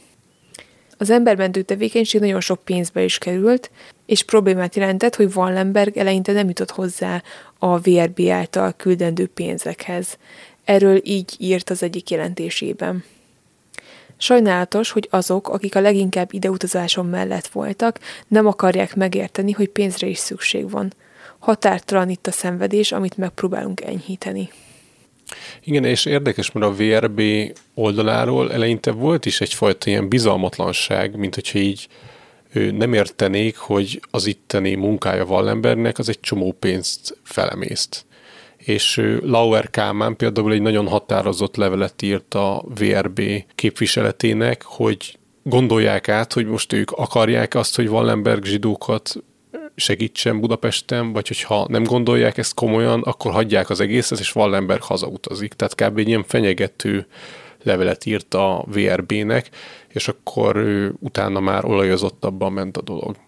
Az embermentő tevékenység nagyon sok pénzbe is került, és problémát jelentett, hogy Wallenberg eleinte nem jutott hozzá a vé er bé által küldendő pénzekhez. Erről így írt az egyik jelentésében. Sajnálatos, hogy azok, akik a leginkább ideutazáson mellett voltak, nem akarják megérteni, hogy pénzre is szükség van. Határtalan itt a szenvedés, amit megpróbálunk enyhíteni. Igen, és érdekes, mert a vé er bé oldaláról eleinte volt is egyfajta ilyen bizalmatlanság, mint hogyha így nem értenék, hogy az itteni munkája Wallenbergnek az egy csomó pénzt felemészt. És Lauer Kálmán például egy nagyon határozott levelet írt a vé er bé képviseletének, hogy gondolják át, hogy most ők akarják azt, hogy Wallenberg zsidókat segítsen Budapesten, vagy hogyha nem gondolják ezt komolyan, akkor hagyják az egészet, és Wallenberg hazautazik. Tehát kb. Egy ilyen fenyegető levelet írt a vé er bének, és akkor ő, utána már olajozottabban ment a dolog.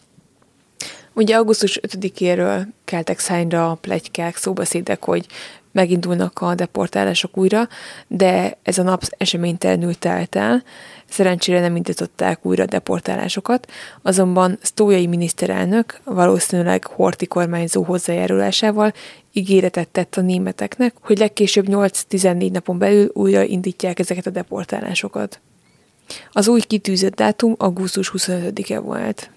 Ugye augusztus ötödikéről keltek szányra a pletykák, szóbeszédek, hogy megindulnak a deportálások újra, de ez a nap eseménytelenül telt el. Szerencsére nem indították újra a deportálásokat, azonban sztójai miniszterelnök valószínűleg Horthy kormányzó hozzájárulásával ígéretet tett a németeknek, hogy legkésőbb nyolc-tizennégy napon belül újra indítják ezeket a deportálásokat. Az új kitűzött dátum augusztus huszonötödike volt.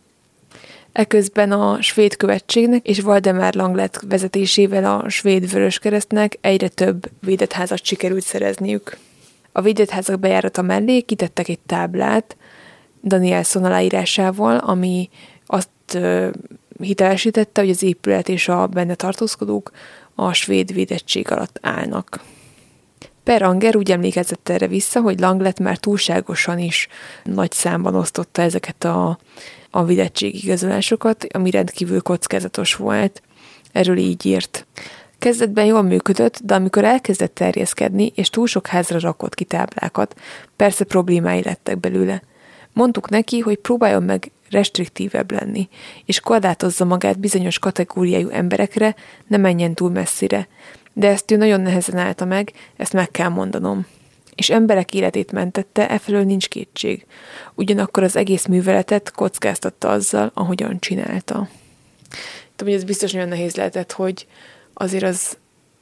Eközben a svéd követségnek és Valdemar Langlet vezetésével a svéd Vöröskeresztnek egyre több védett házat sikerült szerezniük. A védett házak bejárata mellé kitettek egy táblát Danielson aláírásával, ami azt ö, hitelesítette, hogy az épület és a benne tartózkodók a svéd védettség alatt állnak. Per Anger úgy emlékezett erre vissza, hogy Langlet már túlságosan is nagy számban osztotta ezeket a, a védettségi igazolásokat, ami rendkívül kockázatos volt. Erről így írt. Kezdetben jól működött, de amikor elkezdett terjeszkedni, és túl sok házra rakott ki táblákat, persze problémái lettek belőle. Mondtuk neki, hogy próbáljon meg restriktívebb lenni, és korlátozza magát bizonyos kategóriájú emberekre, ne menjen túl messzire. De ezt ő nagyon nehezen állta meg, ezt meg kell mondanom. És emberek életét mentette, efelől nincs kétség. Ugyanakkor az egész műveletet kockáztatta azzal, ahogyan csinálta. Tudom, hogy ez biztos nagyon nehéz lehetett, hogy azért az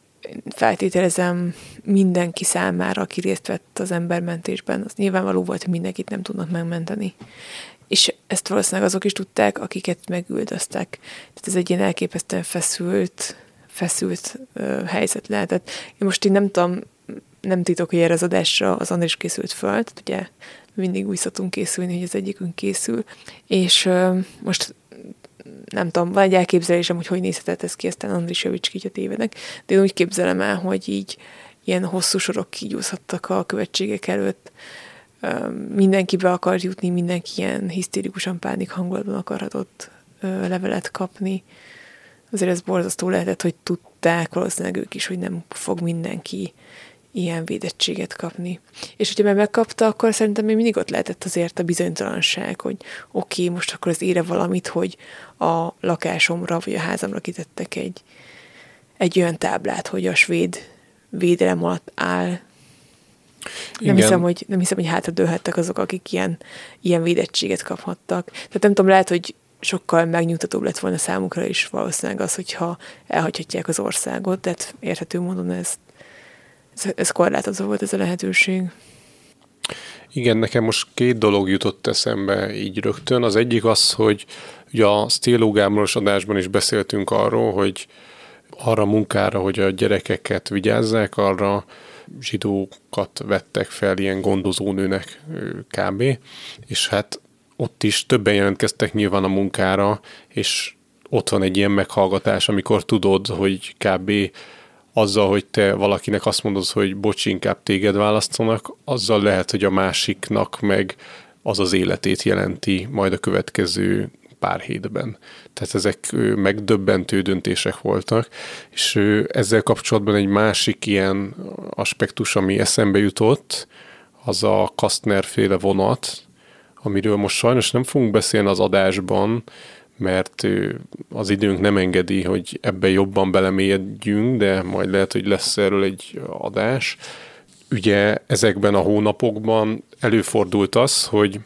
feltételezem mindenki számára, aki részt vett az embermentésben, az nyilvánvaló volt, hogy mindenkit nem tudnak megmenteni. És ezt valószínűleg azok is tudták, akiket megüldöztek. Tehát ez egy ilyen elképesztően feszült, feszült ö, helyzet lehetett. Én most így nem tudom, nem titok, hogy erre az adásra az Andris készült föl, tehát ugye mindig úgy szoktunk készülni, hogy az egyikünk készül, és ö, most nem tudom, van egy elképzelésem, hogy hogy nézhetett ez ki, aztán Andris javíts ki, ha tévedek, de én úgy képzelem el, hogy így ilyen hosszú sorok kigyúzhattak a követségek előtt, mindenki be akar jutni, mindenki ilyen hisztérikusan pánik hangulatban akarhatott levelet kapni. Azért ez borzasztó lehetett, hogy tudták valószínűleg ők is, hogy nem fog mindenki ilyen védettséget kapni. És hogyha már megkapta, akkor szerintem még mindig ott lehetett azért a bizonytalanság, hogy oké, okay, most akkor az ére valamit, hogy a lakásomra vagy a házamra kitettek egy, egy olyan táblát, hogy a svéd védelem alatt áll. Nem hiszem, hogy, nem hiszem, hogy hátradőlhettek azok, akik ilyen, ilyen védettséget kaphattak. Tehát nem tudom, lehet, hogy sokkal megnyugtatóbb lett volna számukra is valószínűleg az, hogyha elhagyhatják az országot, tehát érthető módon ez, ez, ez korlátozó volt ez a lehetőség. Igen, nekem most két dolog jutott eszembe így rögtön. Az egyik az, hogy ugye a Sztéló Gáboros adásban is beszéltünk arról, hogy arra a munkára, hogy a gyerekeket vigyázzák, arra zsidókat vettek fel ilyen gondozónőnek kb. És hát ott is többen jelentkeztek nyilván a munkára, és ott van egy ilyen meghallgatás, amikor tudod, hogy kb. Azzal, hogy te valakinek azt mondod, hogy bocs, inkább téged választanak, azzal lehet, hogy a másiknak meg az az életét jelenti majd a következő pár hétben. Tehát ezek megdöbbentő döntések voltak, és ezzel kapcsolatban egy másik ilyen aspektus, ami eszembe jutott, az a Kastner-féle vonat, amiről most sajnos nem fogunk beszélni az adásban, mert az időnk nem engedi, hogy ebben jobban belemélyedjünk, de majd lehet, hogy lesz erről egy adás. Ugye ezekben a hónapokban előfordult az, hogy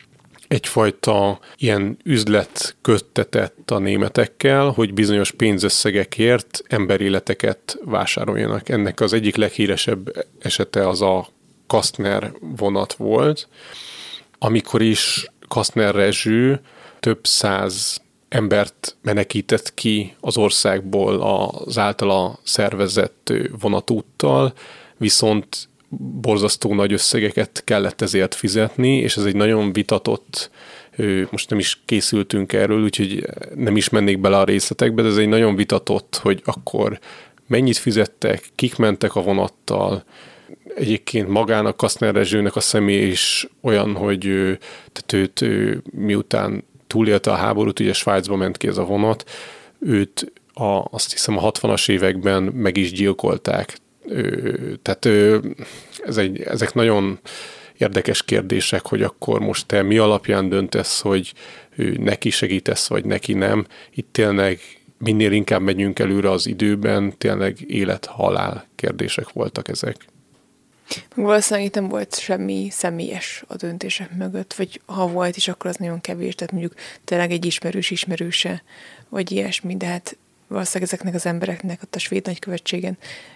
egyfajta ilyen üzlet köttetett a németekkel, hogy bizonyos pénzösszegekért emberéleteket vásároljanak. Ennek az egyik leghíresebb esete az a Kastner vonat volt, amikor is Kastner rezső több száz embert menekített ki az országból az általa szervezett vonatúttal, viszont borzasztó nagy összegeket kellett ezért fizetni, és ez egy nagyon vitatott, most nem is készültünk erről, úgyhogy nem is mennék bele a részletekbe, de ez egy nagyon vitatott, hogy akkor mennyit fizettek, kik mentek a vonattal. Egyébként magának Kastner rezsőnek a személy is olyan, hogy tehát őt miután túlélte a háborút, ugye Svájcba ment ki ez a vonat, őt a, azt hiszem a hatvanas években meg is gyilkolták. Tehát ez egy, ezek nagyon érdekes kérdések, hogy akkor most te mi alapján döntesz, hogy neki segítesz, vagy neki nem. Itt tényleg minél inkább megyünk előre az időben, tényleg élet-halál kérdések voltak ezek. Valószínűleg nem volt semmi személyes a döntések mögött, vagy ha volt is, akkor az nagyon kevés, tehát mondjuk tényleg egy ismerős ismerőse, vagy ilyesmi, de hát valószínűleg ezeknek az embereknek ott a svéd nagykövetségen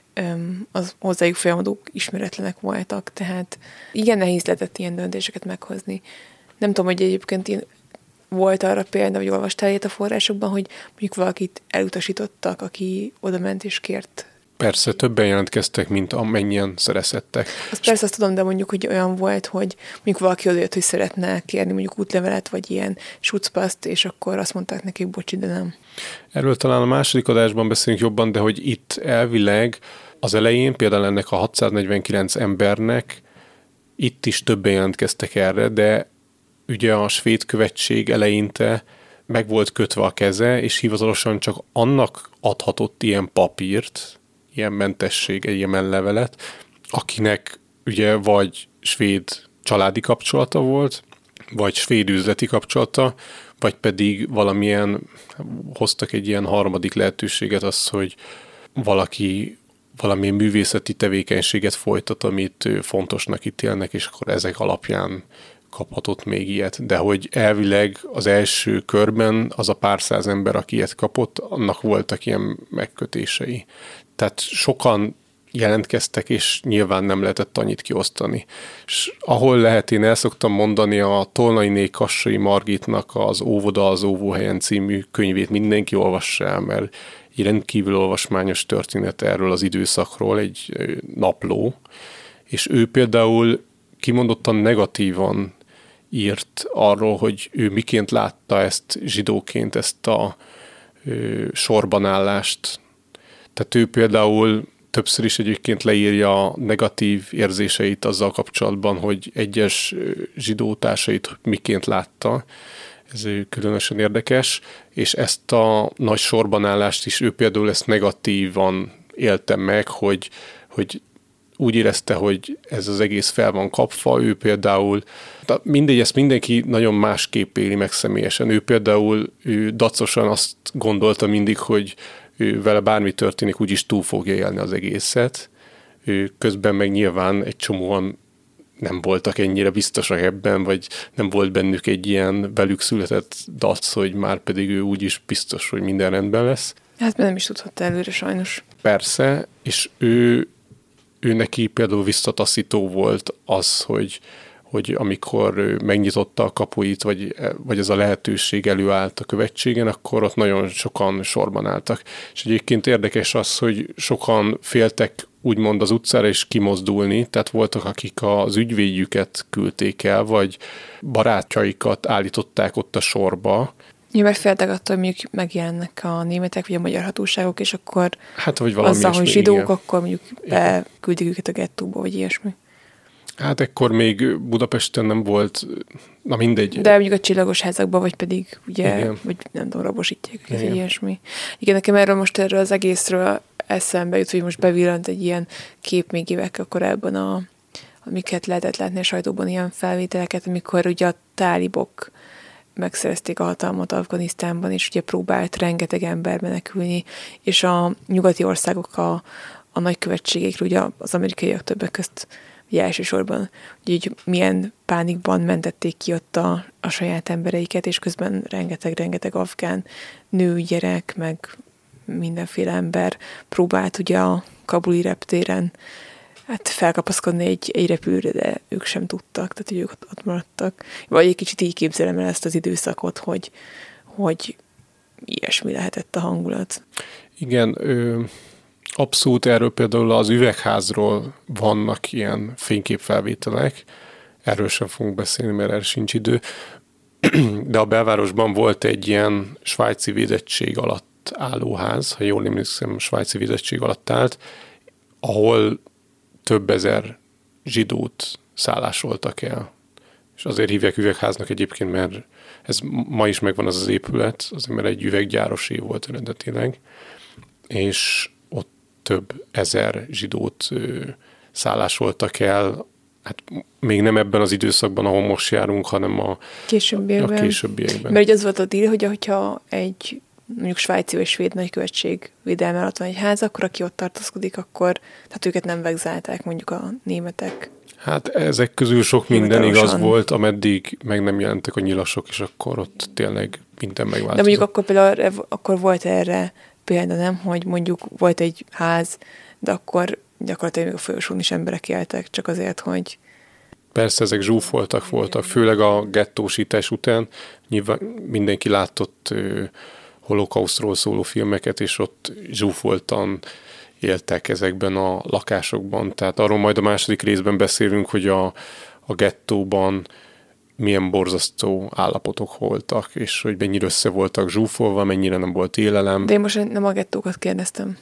az hozzájuk folyamodók ismeretlenek voltak, tehát igen nehéz lehetett ilyen döntéseket meghozni. Nem tudom, hogy egyébként én volt arra példa, hogy olvastál ilyet a forrásokban, hogy mondjuk valakit elutasítottak, aki oda ment és kért. Persze, többen jelentkeztek, mint amennyien szerezhettek. Azt persze azt tudom, de mondjuk, hogy olyan volt, hogy mondjuk valaki odajött, hogy szeretne kérni mondjuk útlevelet, vagy ilyen schutzpaszt, és akkor azt mondták nekik, bocsi, de nem. Erről talán a második adásban beszélünk jobban, de hogy itt elvileg az elején például ennek a hatszáznegyvenkilenc embernek itt is többen jelentkeztek erre, de ugye a svéd követség eleinte meg volt kötve a keze, és hivatalosan csak annak adhatott ilyen papírt, ilyen mentesség, egy ilyen menlevelet, akinek ugye vagy svéd családi kapcsolata volt, vagy svéd üzleti kapcsolata, vagy pedig valamilyen, hoztak egy ilyen harmadik lehetőséget, az, hogy valaki valamilyen művészeti tevékenységet folytat, amit fontosnak ítélnek, és akkor ezek alapján kaphatott még ilyet. De hogy elvileg az első körben az a pár száz ember, aki ilyet kapott, annak voltak ilyen megkötései. Tehát sokan jelentkeztek, és nyilván nem lehetett annyit kiosztani. És ahol lehet, én el szoktam mondani a Tolnainé Kassai Margitnak az Óvoda az óvóhelyen című könyvét mindenki olvassa el, mert egy rendkívül olvasmányos történet erről az időszakról, egy napló, és ő például kimondottan negatívan írt arról, hogy ő miként látta ezt zsidóként, ezt a ö, sorbanállást. Tehát ő például többször is egyébként leírja a negatív érzéseit azzal kapcsolatban, hogy egyes zsidó társait miként látta. Ez különösen érdekes, és ezt a nagy sorbanállást is ő például ezt negatívan élte meg, hogy, hogy úgy érezte, hogy ez az egész fel van kapva, ő például, mindegy, ezt mindenki nagyon másképp éli meg személyesen. Ő például ő dacosan azt gondolta mindig, hogy ő vele bármi történik, úgyis túl fogja élni az egészet. Ő közben meg nyilván egy csomóan nem voltak ennyire biztosak ebben, vagy nem volt bennük egy ilyen velük született dac, hogy már pedig ő úgyis biztos, hogy minden rendben lesz. Hát nem is tudhatta előre sajnos. Persze, és ő, ő neki például visszataszító volt az, hogy, hogy amikor megnyitotta a kapuit, vagy, vagy ez a lehetőség előállt a követségen, akkor ott nagyon sokan sorban álltak. És egyébként érdekes az, hogy sokan féltek úgymond az utcára is kimozdulni, tehát voltak, akik az ügyvédjüket küldték el, vagy barátjaikat állították ott a sorba. Nyilván féltek attól, hogy mondjuk megjelennek a németek, vagy a magyar hatóságok, és akkor hát, vagy valami azzal, hogy zsidók, igen. akkor mondjuk beküldik őket a gettóba, vagy ilyesmi. Hát ekkor még Budapesten nem volt, na mindegy. De mondjuk a csillagos házakban, vagy pedig ugye, igen. vagy nem tudom, rabosítják őket, vagy ilyesmi. Igen, nekem erről most erről az egészről eszembe jut, hogy most bevillant egy ilyen kép még évekkel korábban, a, amiket lehetett látni a sajtóban, ilyen felvételeket, amikor ugye a tálibok megszerezték a hatalmat Afganisztánban, és ugye próbált rengeteg ember menekülni, és a nyugati országok a, a nagykövetségekről, ugye az amerikaiak többek közt ugye elsősorban, hogy milyen pánikban mentették ki ott a, a saját embereiket, és közben rengeteg-rengeteg afgán nő, gyerek, meg mindenféle ember próbált ugye a kabuli reptéren hát felkapaszkodni egy, egy repülőre, de ők sem tudtak, tehát hogy ők ott, ott maradtak. Vagy egy kicsit így képzelem el ezt az időszakot, hogy, hogy ilyesmi lehetett a hangulat. Igen, ö, abszolút erről például az üvegházról vannak ilyen fényképfelvételek, erről sem fogunk beszélni, mert erre sincs idő, de a belvárosban volt egy ilyen svájci védettség alatt álló ház, ha jól emlékszem, svájci védettség alatt állt, ahol több ezer zsidót szállásoltak el. És azért hívják üvegháznak egyébként, mert ez ma is megvan az az épület, azért mert egy üveggyárosé volt eredetileg, és ott több ezer zsidót ö, szállásoltak el, hát még nem ebben az időszakban, ahol most járunk, hanem a későbbiekben. A későbbiekben. Mert az volt a díl, hogy hogyha egy mondjuk svájci vagy svéd nagykövetség védelme alatt van egy ház, akkor aki ott tartózkodik, akkor tehát őket nem vegzálták mondjuk a németek. Hát ezek közül sok minden igaz volt, ameddig meg nem jelentek a nyilasok, és akkor ott tényleg minden megváltozott. De mondjuk akkor például akkor volt erre példa, nem, hogy mondjuk volt egy ház, de akkor gyakorlatilag még a folyosón is emberek éltek, csak azért, hogy... Persze, ezek zsúfoltak voltak, főleg a gettósítás után. Nyilván mindenki látott ö, holokausztról szóló filmeket, és ott zsúfoltan éltek ezekben a lakásokban. Tehát arról majd a második részben beszélünk, hogy a, a gettóban milyen borzasztó állapotok voltak, és hogy mennyire össze voltak zsúfolva, mennyire nem volt élelem. De én most nem a gettókat kérdeztem.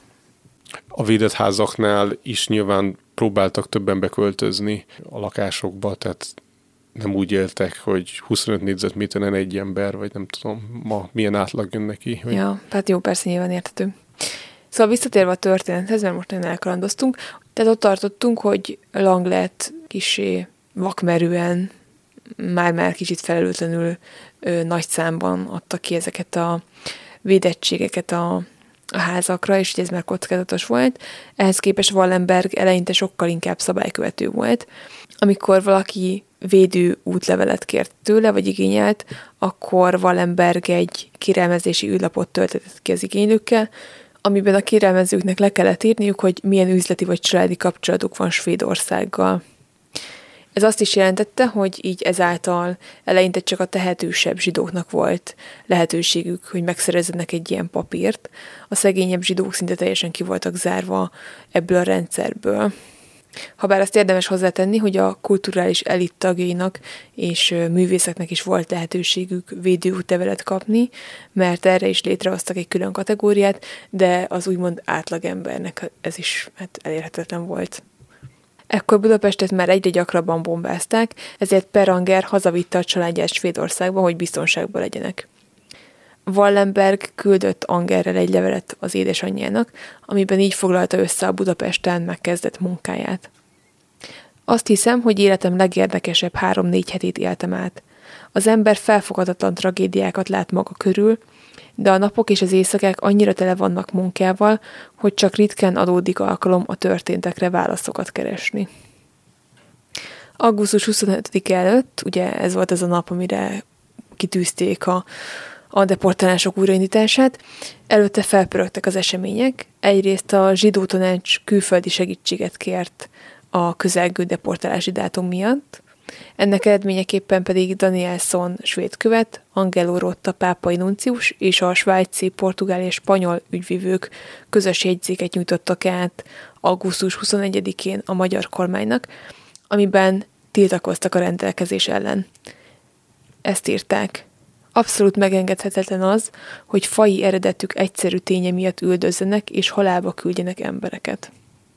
A védett házaknál is nyilván próbáltak többen beköltözni a lakásokba, tehát nem úgy éltek, hogy huszonöt négyzetméteren egy ember, vagy nem tudom, ma milyen átlag jön neki. Hogy... Ja, hát jó, persze nyilván érthető. Szóval visszatérve a történethez, mert most nagyon elkalandoztunk, tehát ott tartottunk, hogy Langlet kissé vakmerően, már-már kicsit felelőtlenül ö, nagy számban adta ki ezeket a védettségeket a, a házakra, és ez már kockázatos volt. Ehhez képest Wallenberg eleinte sokkal inkább szabálykövető volt. Amikor valaki védő útlevelet kért tőle, vagy igényelt, akkor Wallenberg egy kérelmezési űrlapot töltetett ki az igénylőkkel, amiben a kérelmezőknek le kellett írniuk, hogy milyen üzleti vagy családi kapcsolatuk van Svédországgal. Ez azt is jelentette, hogy így ezáltal eleinte csak a tehetősebb zsidóknak volt lehetőségük, hogy megszerezzenek egy ilyen papírt. A szegényebb zsidók szinte teljesen ki voltak zárva ebből a rendszerből. Habár azt érdemes hozzátenni, hogy a kulturális elit tagjainak és művészeknek is volt lehetőségük védőútlevelet kapni, mert erre is létrehoztak egy külön kategóriát, de az úgymond átlagembernek ez is hát elérhetetlen volt. Ekkor Budapestet már egyre gyakrabban bombázták, ezért Per Anger hazavitte a családját Svédországba, hogy biztonságban legyenek. Wallenberg küldött Angerrel egy levelet az édesanyjának, amiben így foglalta össze a Budapesten megkezdett munkáját. Azt hiszem, hogy életem legérdekesebb három-négy hetét éltem át. Az ember felfoghatatlan tragédiákat lát maga körül, de a napok és az éjszakák annyira tele vannak munkával, hogy csak ritkán adódik alkalom a történtekre válaszokat keresni. augusztus huszonötödike előtt, ugye ez volt az a nap, amire kitűzték a, a deportálások újraindítását, előtte felpörögtek az események. Egyrészt a zsidó tanács külföldi segítséget kért a közelgő deportálási dátum miatt, ennek eredményeképpen pedig Danielson svéd követ, Angelo Rotta pápai nuncius és a svájci, portugál és spanyol ügyvivők közös jegyzéket nyújtottak át augusztus huszonegyedikén a magyar kormánynak, amiben tiltakoztak a rendelkezés ellen. Ezt írták. Abszolút megengedhetetlen az, hogy faji eredetük egyszerű ténye miatt üldözzenek és halálba küldjenek embereket.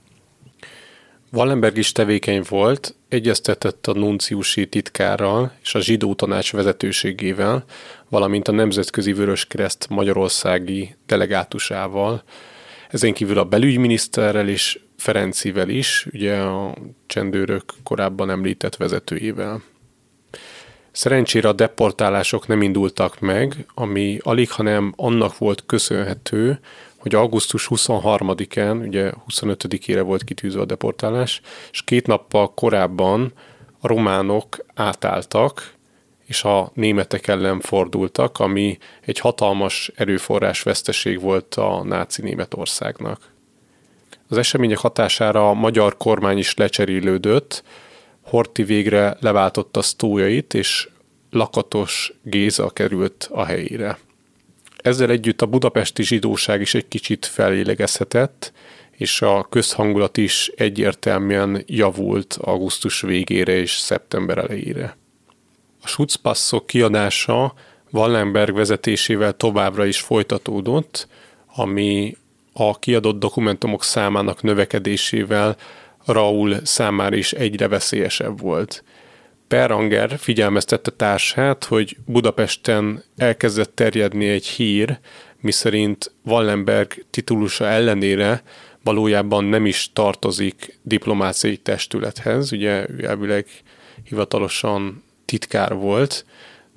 Wallenberg is tevékeny volt, egyeztetett a nunciusi titkárral és a zsidó tanács vezetőségével, valamint a Nemzetközi Vöröskereszt magyarországi delegátusával, ezen kívül a belügyminiszterrel és Ferencivel is, ugye a csendőrök korábban említett vezetőjével. Szerencsére a deportálások nem indultak meg, ami alighanem annak volt köszönhető, hogy augusztus huszonharmadikán, ugye huszonötödikére volt kitűzve a deportálás, és két nappal korábban a románok átálltak, és a németek ellen fordultak, ami egy hatalmas erőforrás veszteség volt a náci Németországnak. Az események hatására a magyar kormány is lecserélődött, Horthy végre leváltotta sztójait, és Lakatos Géza került a helyére. Ezzel együtt a budapesti zsidóság is egy kicsit felélegezhetett, és a közhangulat is egyértelműen javult augusztus végére és szeptember elejére. A Schutzpasszok kiadása Wallenberg vezetésével továbbra is folytatódott, ami a kiadott dokumentumok számának növekedésével Raúl számára is egyre veszélyesebb volt. Per Anger figyelmeztette társát, hogy Budapesten elkezdett terjedni egy hír, miszerint Wallenberg titulusa ellenére valójában nem is tartozik diplomáciai testülethez, ugye ő elvileg hivatalosan titkár volt,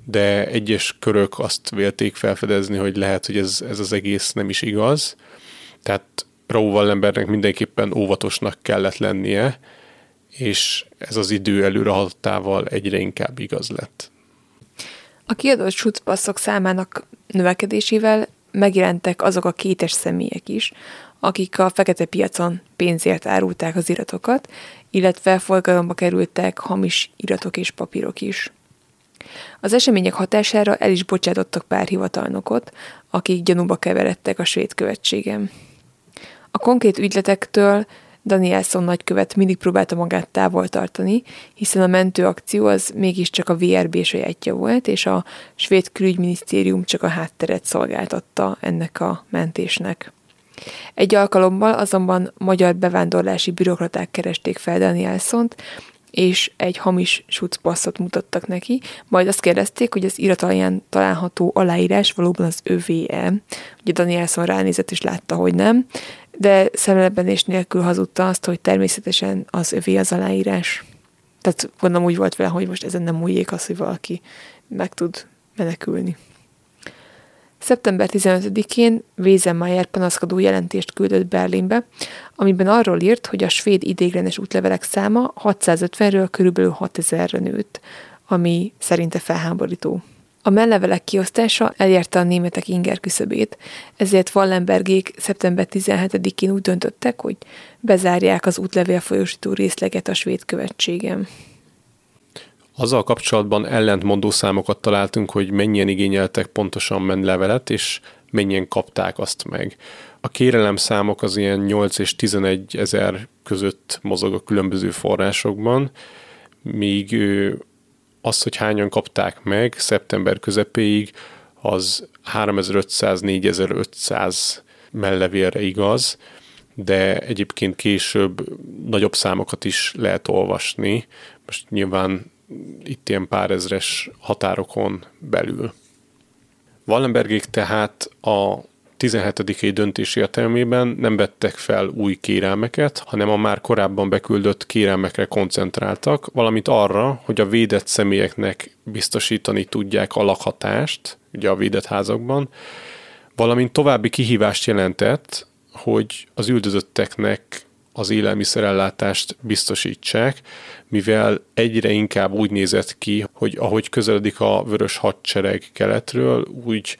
de egyes körök azt vélték felfedezni, hogy lehet, hogy ez, ez az egész nem is igaz. Tehát Raoul Wallenbergnek mindenképpen óvatosnak kellett lennie, és ez az idő előrehaladtával egyre inkább igaz lett. A kiadott schutzpasszok számának növekedésével megjelentek azok a kétes személyek is, akik a fekete piacon pénzért árulták az iratokat, illetve forgalomba kerültek hamis iratok és papírok is. Az események hatására el is bocsátottak pár hivatalnokot, akik gyanúba keveredtek a svéd követségen. A konkrét ügyletektől Danielson nagykövet mindig próbálta magát távol tartani, hiszen a mentőakció az mégiscsak a vé er bé sajátja volt, és a svéd külügyminisztérium csak a hátteret szolgáltatta ennek a mentésnek. Egy alkalommal azonban magyar bevándorlási bürokraták keresték fel Danielsont, és egy hamis schutzpasszot mutattak neki, majd azt kérdezték, hogy az irat alján található aláírás valóban az övé-e. Ugye Danielson ránézett és látta, hogy nem, de szemlebbenés nélkül hazudta azt, hogy természetesen az övé az aláírás. Tehát gondolom úgy volt vele, hogy most ezen nem múljék az, hogy valaki meg tud menekülni. szeptember tizenötödikén Wesenmayer panaszkodó jelentést küldött Berlinbe, amiben arról írt, hogy a svéd ideiglenes útlevelek száma hatszázötvenről körülbelül hatezerre nőtt, ami szerinte felháborító. A mellevelek kiosztása elérte a németek inger küszöbét, ezért Wallenbergék szeptember tizenhetedikén úgy döntöttek, hogy bezárják az útlevél folyósító részleget a svéd követségen. Azzal kapcsolatban ellentmondó számokat találtunk, hogy mennyien igényeltek pontosan menlevelet, és mennyien kapták azt meg. A kérelem számok az ilyen nyolc és tizenegy ezer között mozog a különböző forrásokban, míg az, hogy hányan kapták meg szeptember közepéig, az háromezer-ötszáz - négyezer-ötszáz mellevélre igaz, de egyébként később nagyobb számokat is lehet olvasni. Most nyilván itt ilyen pár ezres határokon belül. Wallenbergék tehát a tizenhetedikei döntés értelmében nem vettek fel új kérelmeket, hanem a már korábban beküldött kérelmekre koncentráltak, valamint arra, hogy a védett személyeknek biztosítani tudják a lakhatást, ugye a védett házakban, valamint további kihívást jelentett, hogy az üldözötteknek az élelmiszerellátást biztosítsák, mivel egyre inkább úgy nézett ki, hogy ahogy közeledik a vörös hadsereg keletről, úgy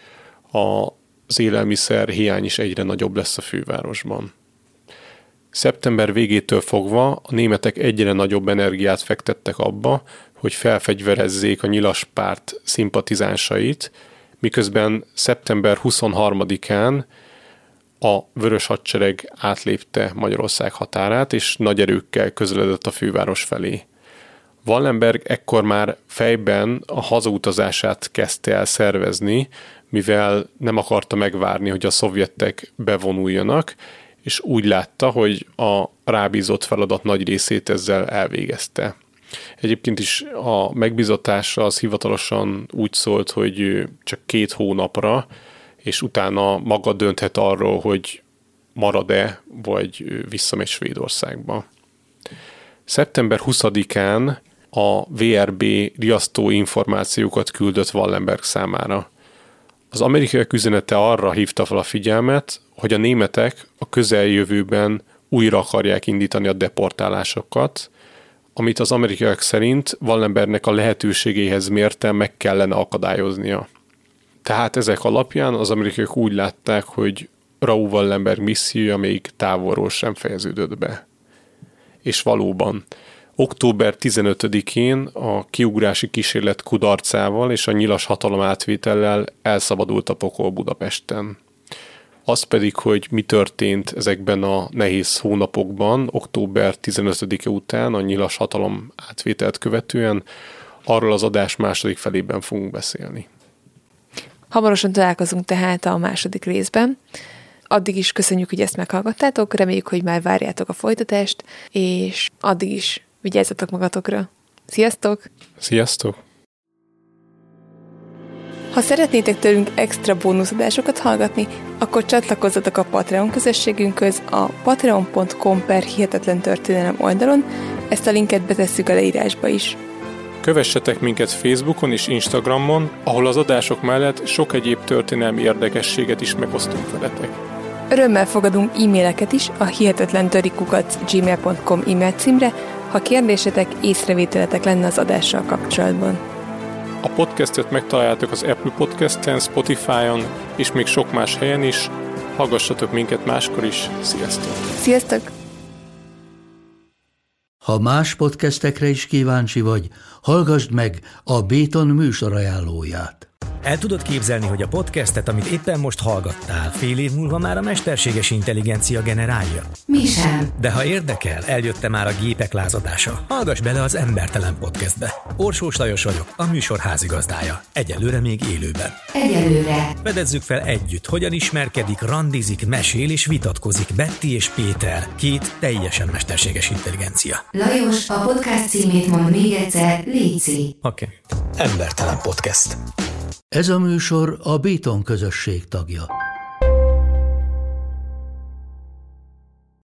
az élelmiszer hiány is egyre nagyobb lesz a fővárosban. Szeptember végétől fogva a németek egyre nagyobb energiát fektettek abba, hogy felfegyverezzék a nyilas párt szimpatizánsait, miközben szeptember huszonharmadikán a vörös hadsereg átlépte Magyarország határát, és nagy erőkkel közeledett a főváros felé. Wallenberg ekkor már fejben a hazautazását kezdte el szervezni, mivel nem akarta megvárni, hogy a szovjetek bevonuljanak, és úgy látta, hogy a rábízott feladat nagy részét ezzel elvégezte. Egyébként is a megbízatása az hivatalosan úgy szólt, hogy csak két hónapra, és utána maga dönthet arról, hogy marad-e, vagy visszamegy Svédországba. szeptember huszadikán a vé er bé riasztó információkat küldött Wallenberg számára. Az amerikaiak üzenete arra hívta fel a figyelmet, hogy a németek a közeljövőben újra akarják indítani a deportálásokat, amit az amerikaiak szerint Wallenbergnek a lehetőségéhez mérten meg kellene akadályoznia. Tehát ezek alapján az amerikaiak úgy látták, hogy Raoul Wallenberg missziója még távolról sem fejeződött be. És valóban, október tizenötödikén a kiugrási kísérlet kudarcával és a nyilas hatalom átvétellel elszabadult a pokol Budapesten. Az pedig, hogy mi történt ezekben a nehéz hónapokban, október tizenötödike után a nyilas hatalom átvételt követően, arról az adás második felében fogunk beszélni. Hamarosan találkozunk tehát a második részben. Addig is köszönjük, hogy ezt meghallgattátok, reméljük, hogy már várjátok a folytatást, és addig is vigyázzatok magatokra. Sziasztok! Sziasztok! Ha szeretnétek tőlünk extra bónuszadásokat hallgatni, akkor csatlakozzatok a Patreon közösségünkhöz a patreon pont com per hihetetlen történelem oldalon, ezt a linket betesszük a leírásba is. Kövessetek minket Facebookon és Instagramon, ahol az adások mellett sok egyéb történelmi érdekességet is megosztunk veletek. Örömmel fogadunk e-maileket is a hihetetlentörikukac gmail pont com e-mail címre, ha kérdésetek, észrevételetek lenne az adással kapcsolatban. A podcastet megtaláljátok az Apple Podcasten, Spotify-on és még sok más helyen is. Hallgassatok minket máskor is. Sziasztok! Sziasztok! Ha más podcastekre is kíváncsi vagy, hallgassd meg a Béton műsor ajánlóját. El tudod képzelni, hogy a podcastet, amit éppen most hallgattál, fél év múlva már a mesterséges intelligencia generálja? Mi sem. De ha érdekel, eljött már a gépek lázadása. Hallgass bele az Embertelen Podcastbe. Orsós Lajos vagyok, a műsor házigazdája. Egyelőre még élőben. Egyelőre. Fedezzük fel együtt, hogyan ismerkedik, randizik, mesél és vitatkozik Betty és Péter, két teljesen mesterséges intelligencia. Lajos, a podcast címét mond még egyszer, léci. Oké. Okay. Embertelen Podcast. Ez a műsor a Béton közösség tagja.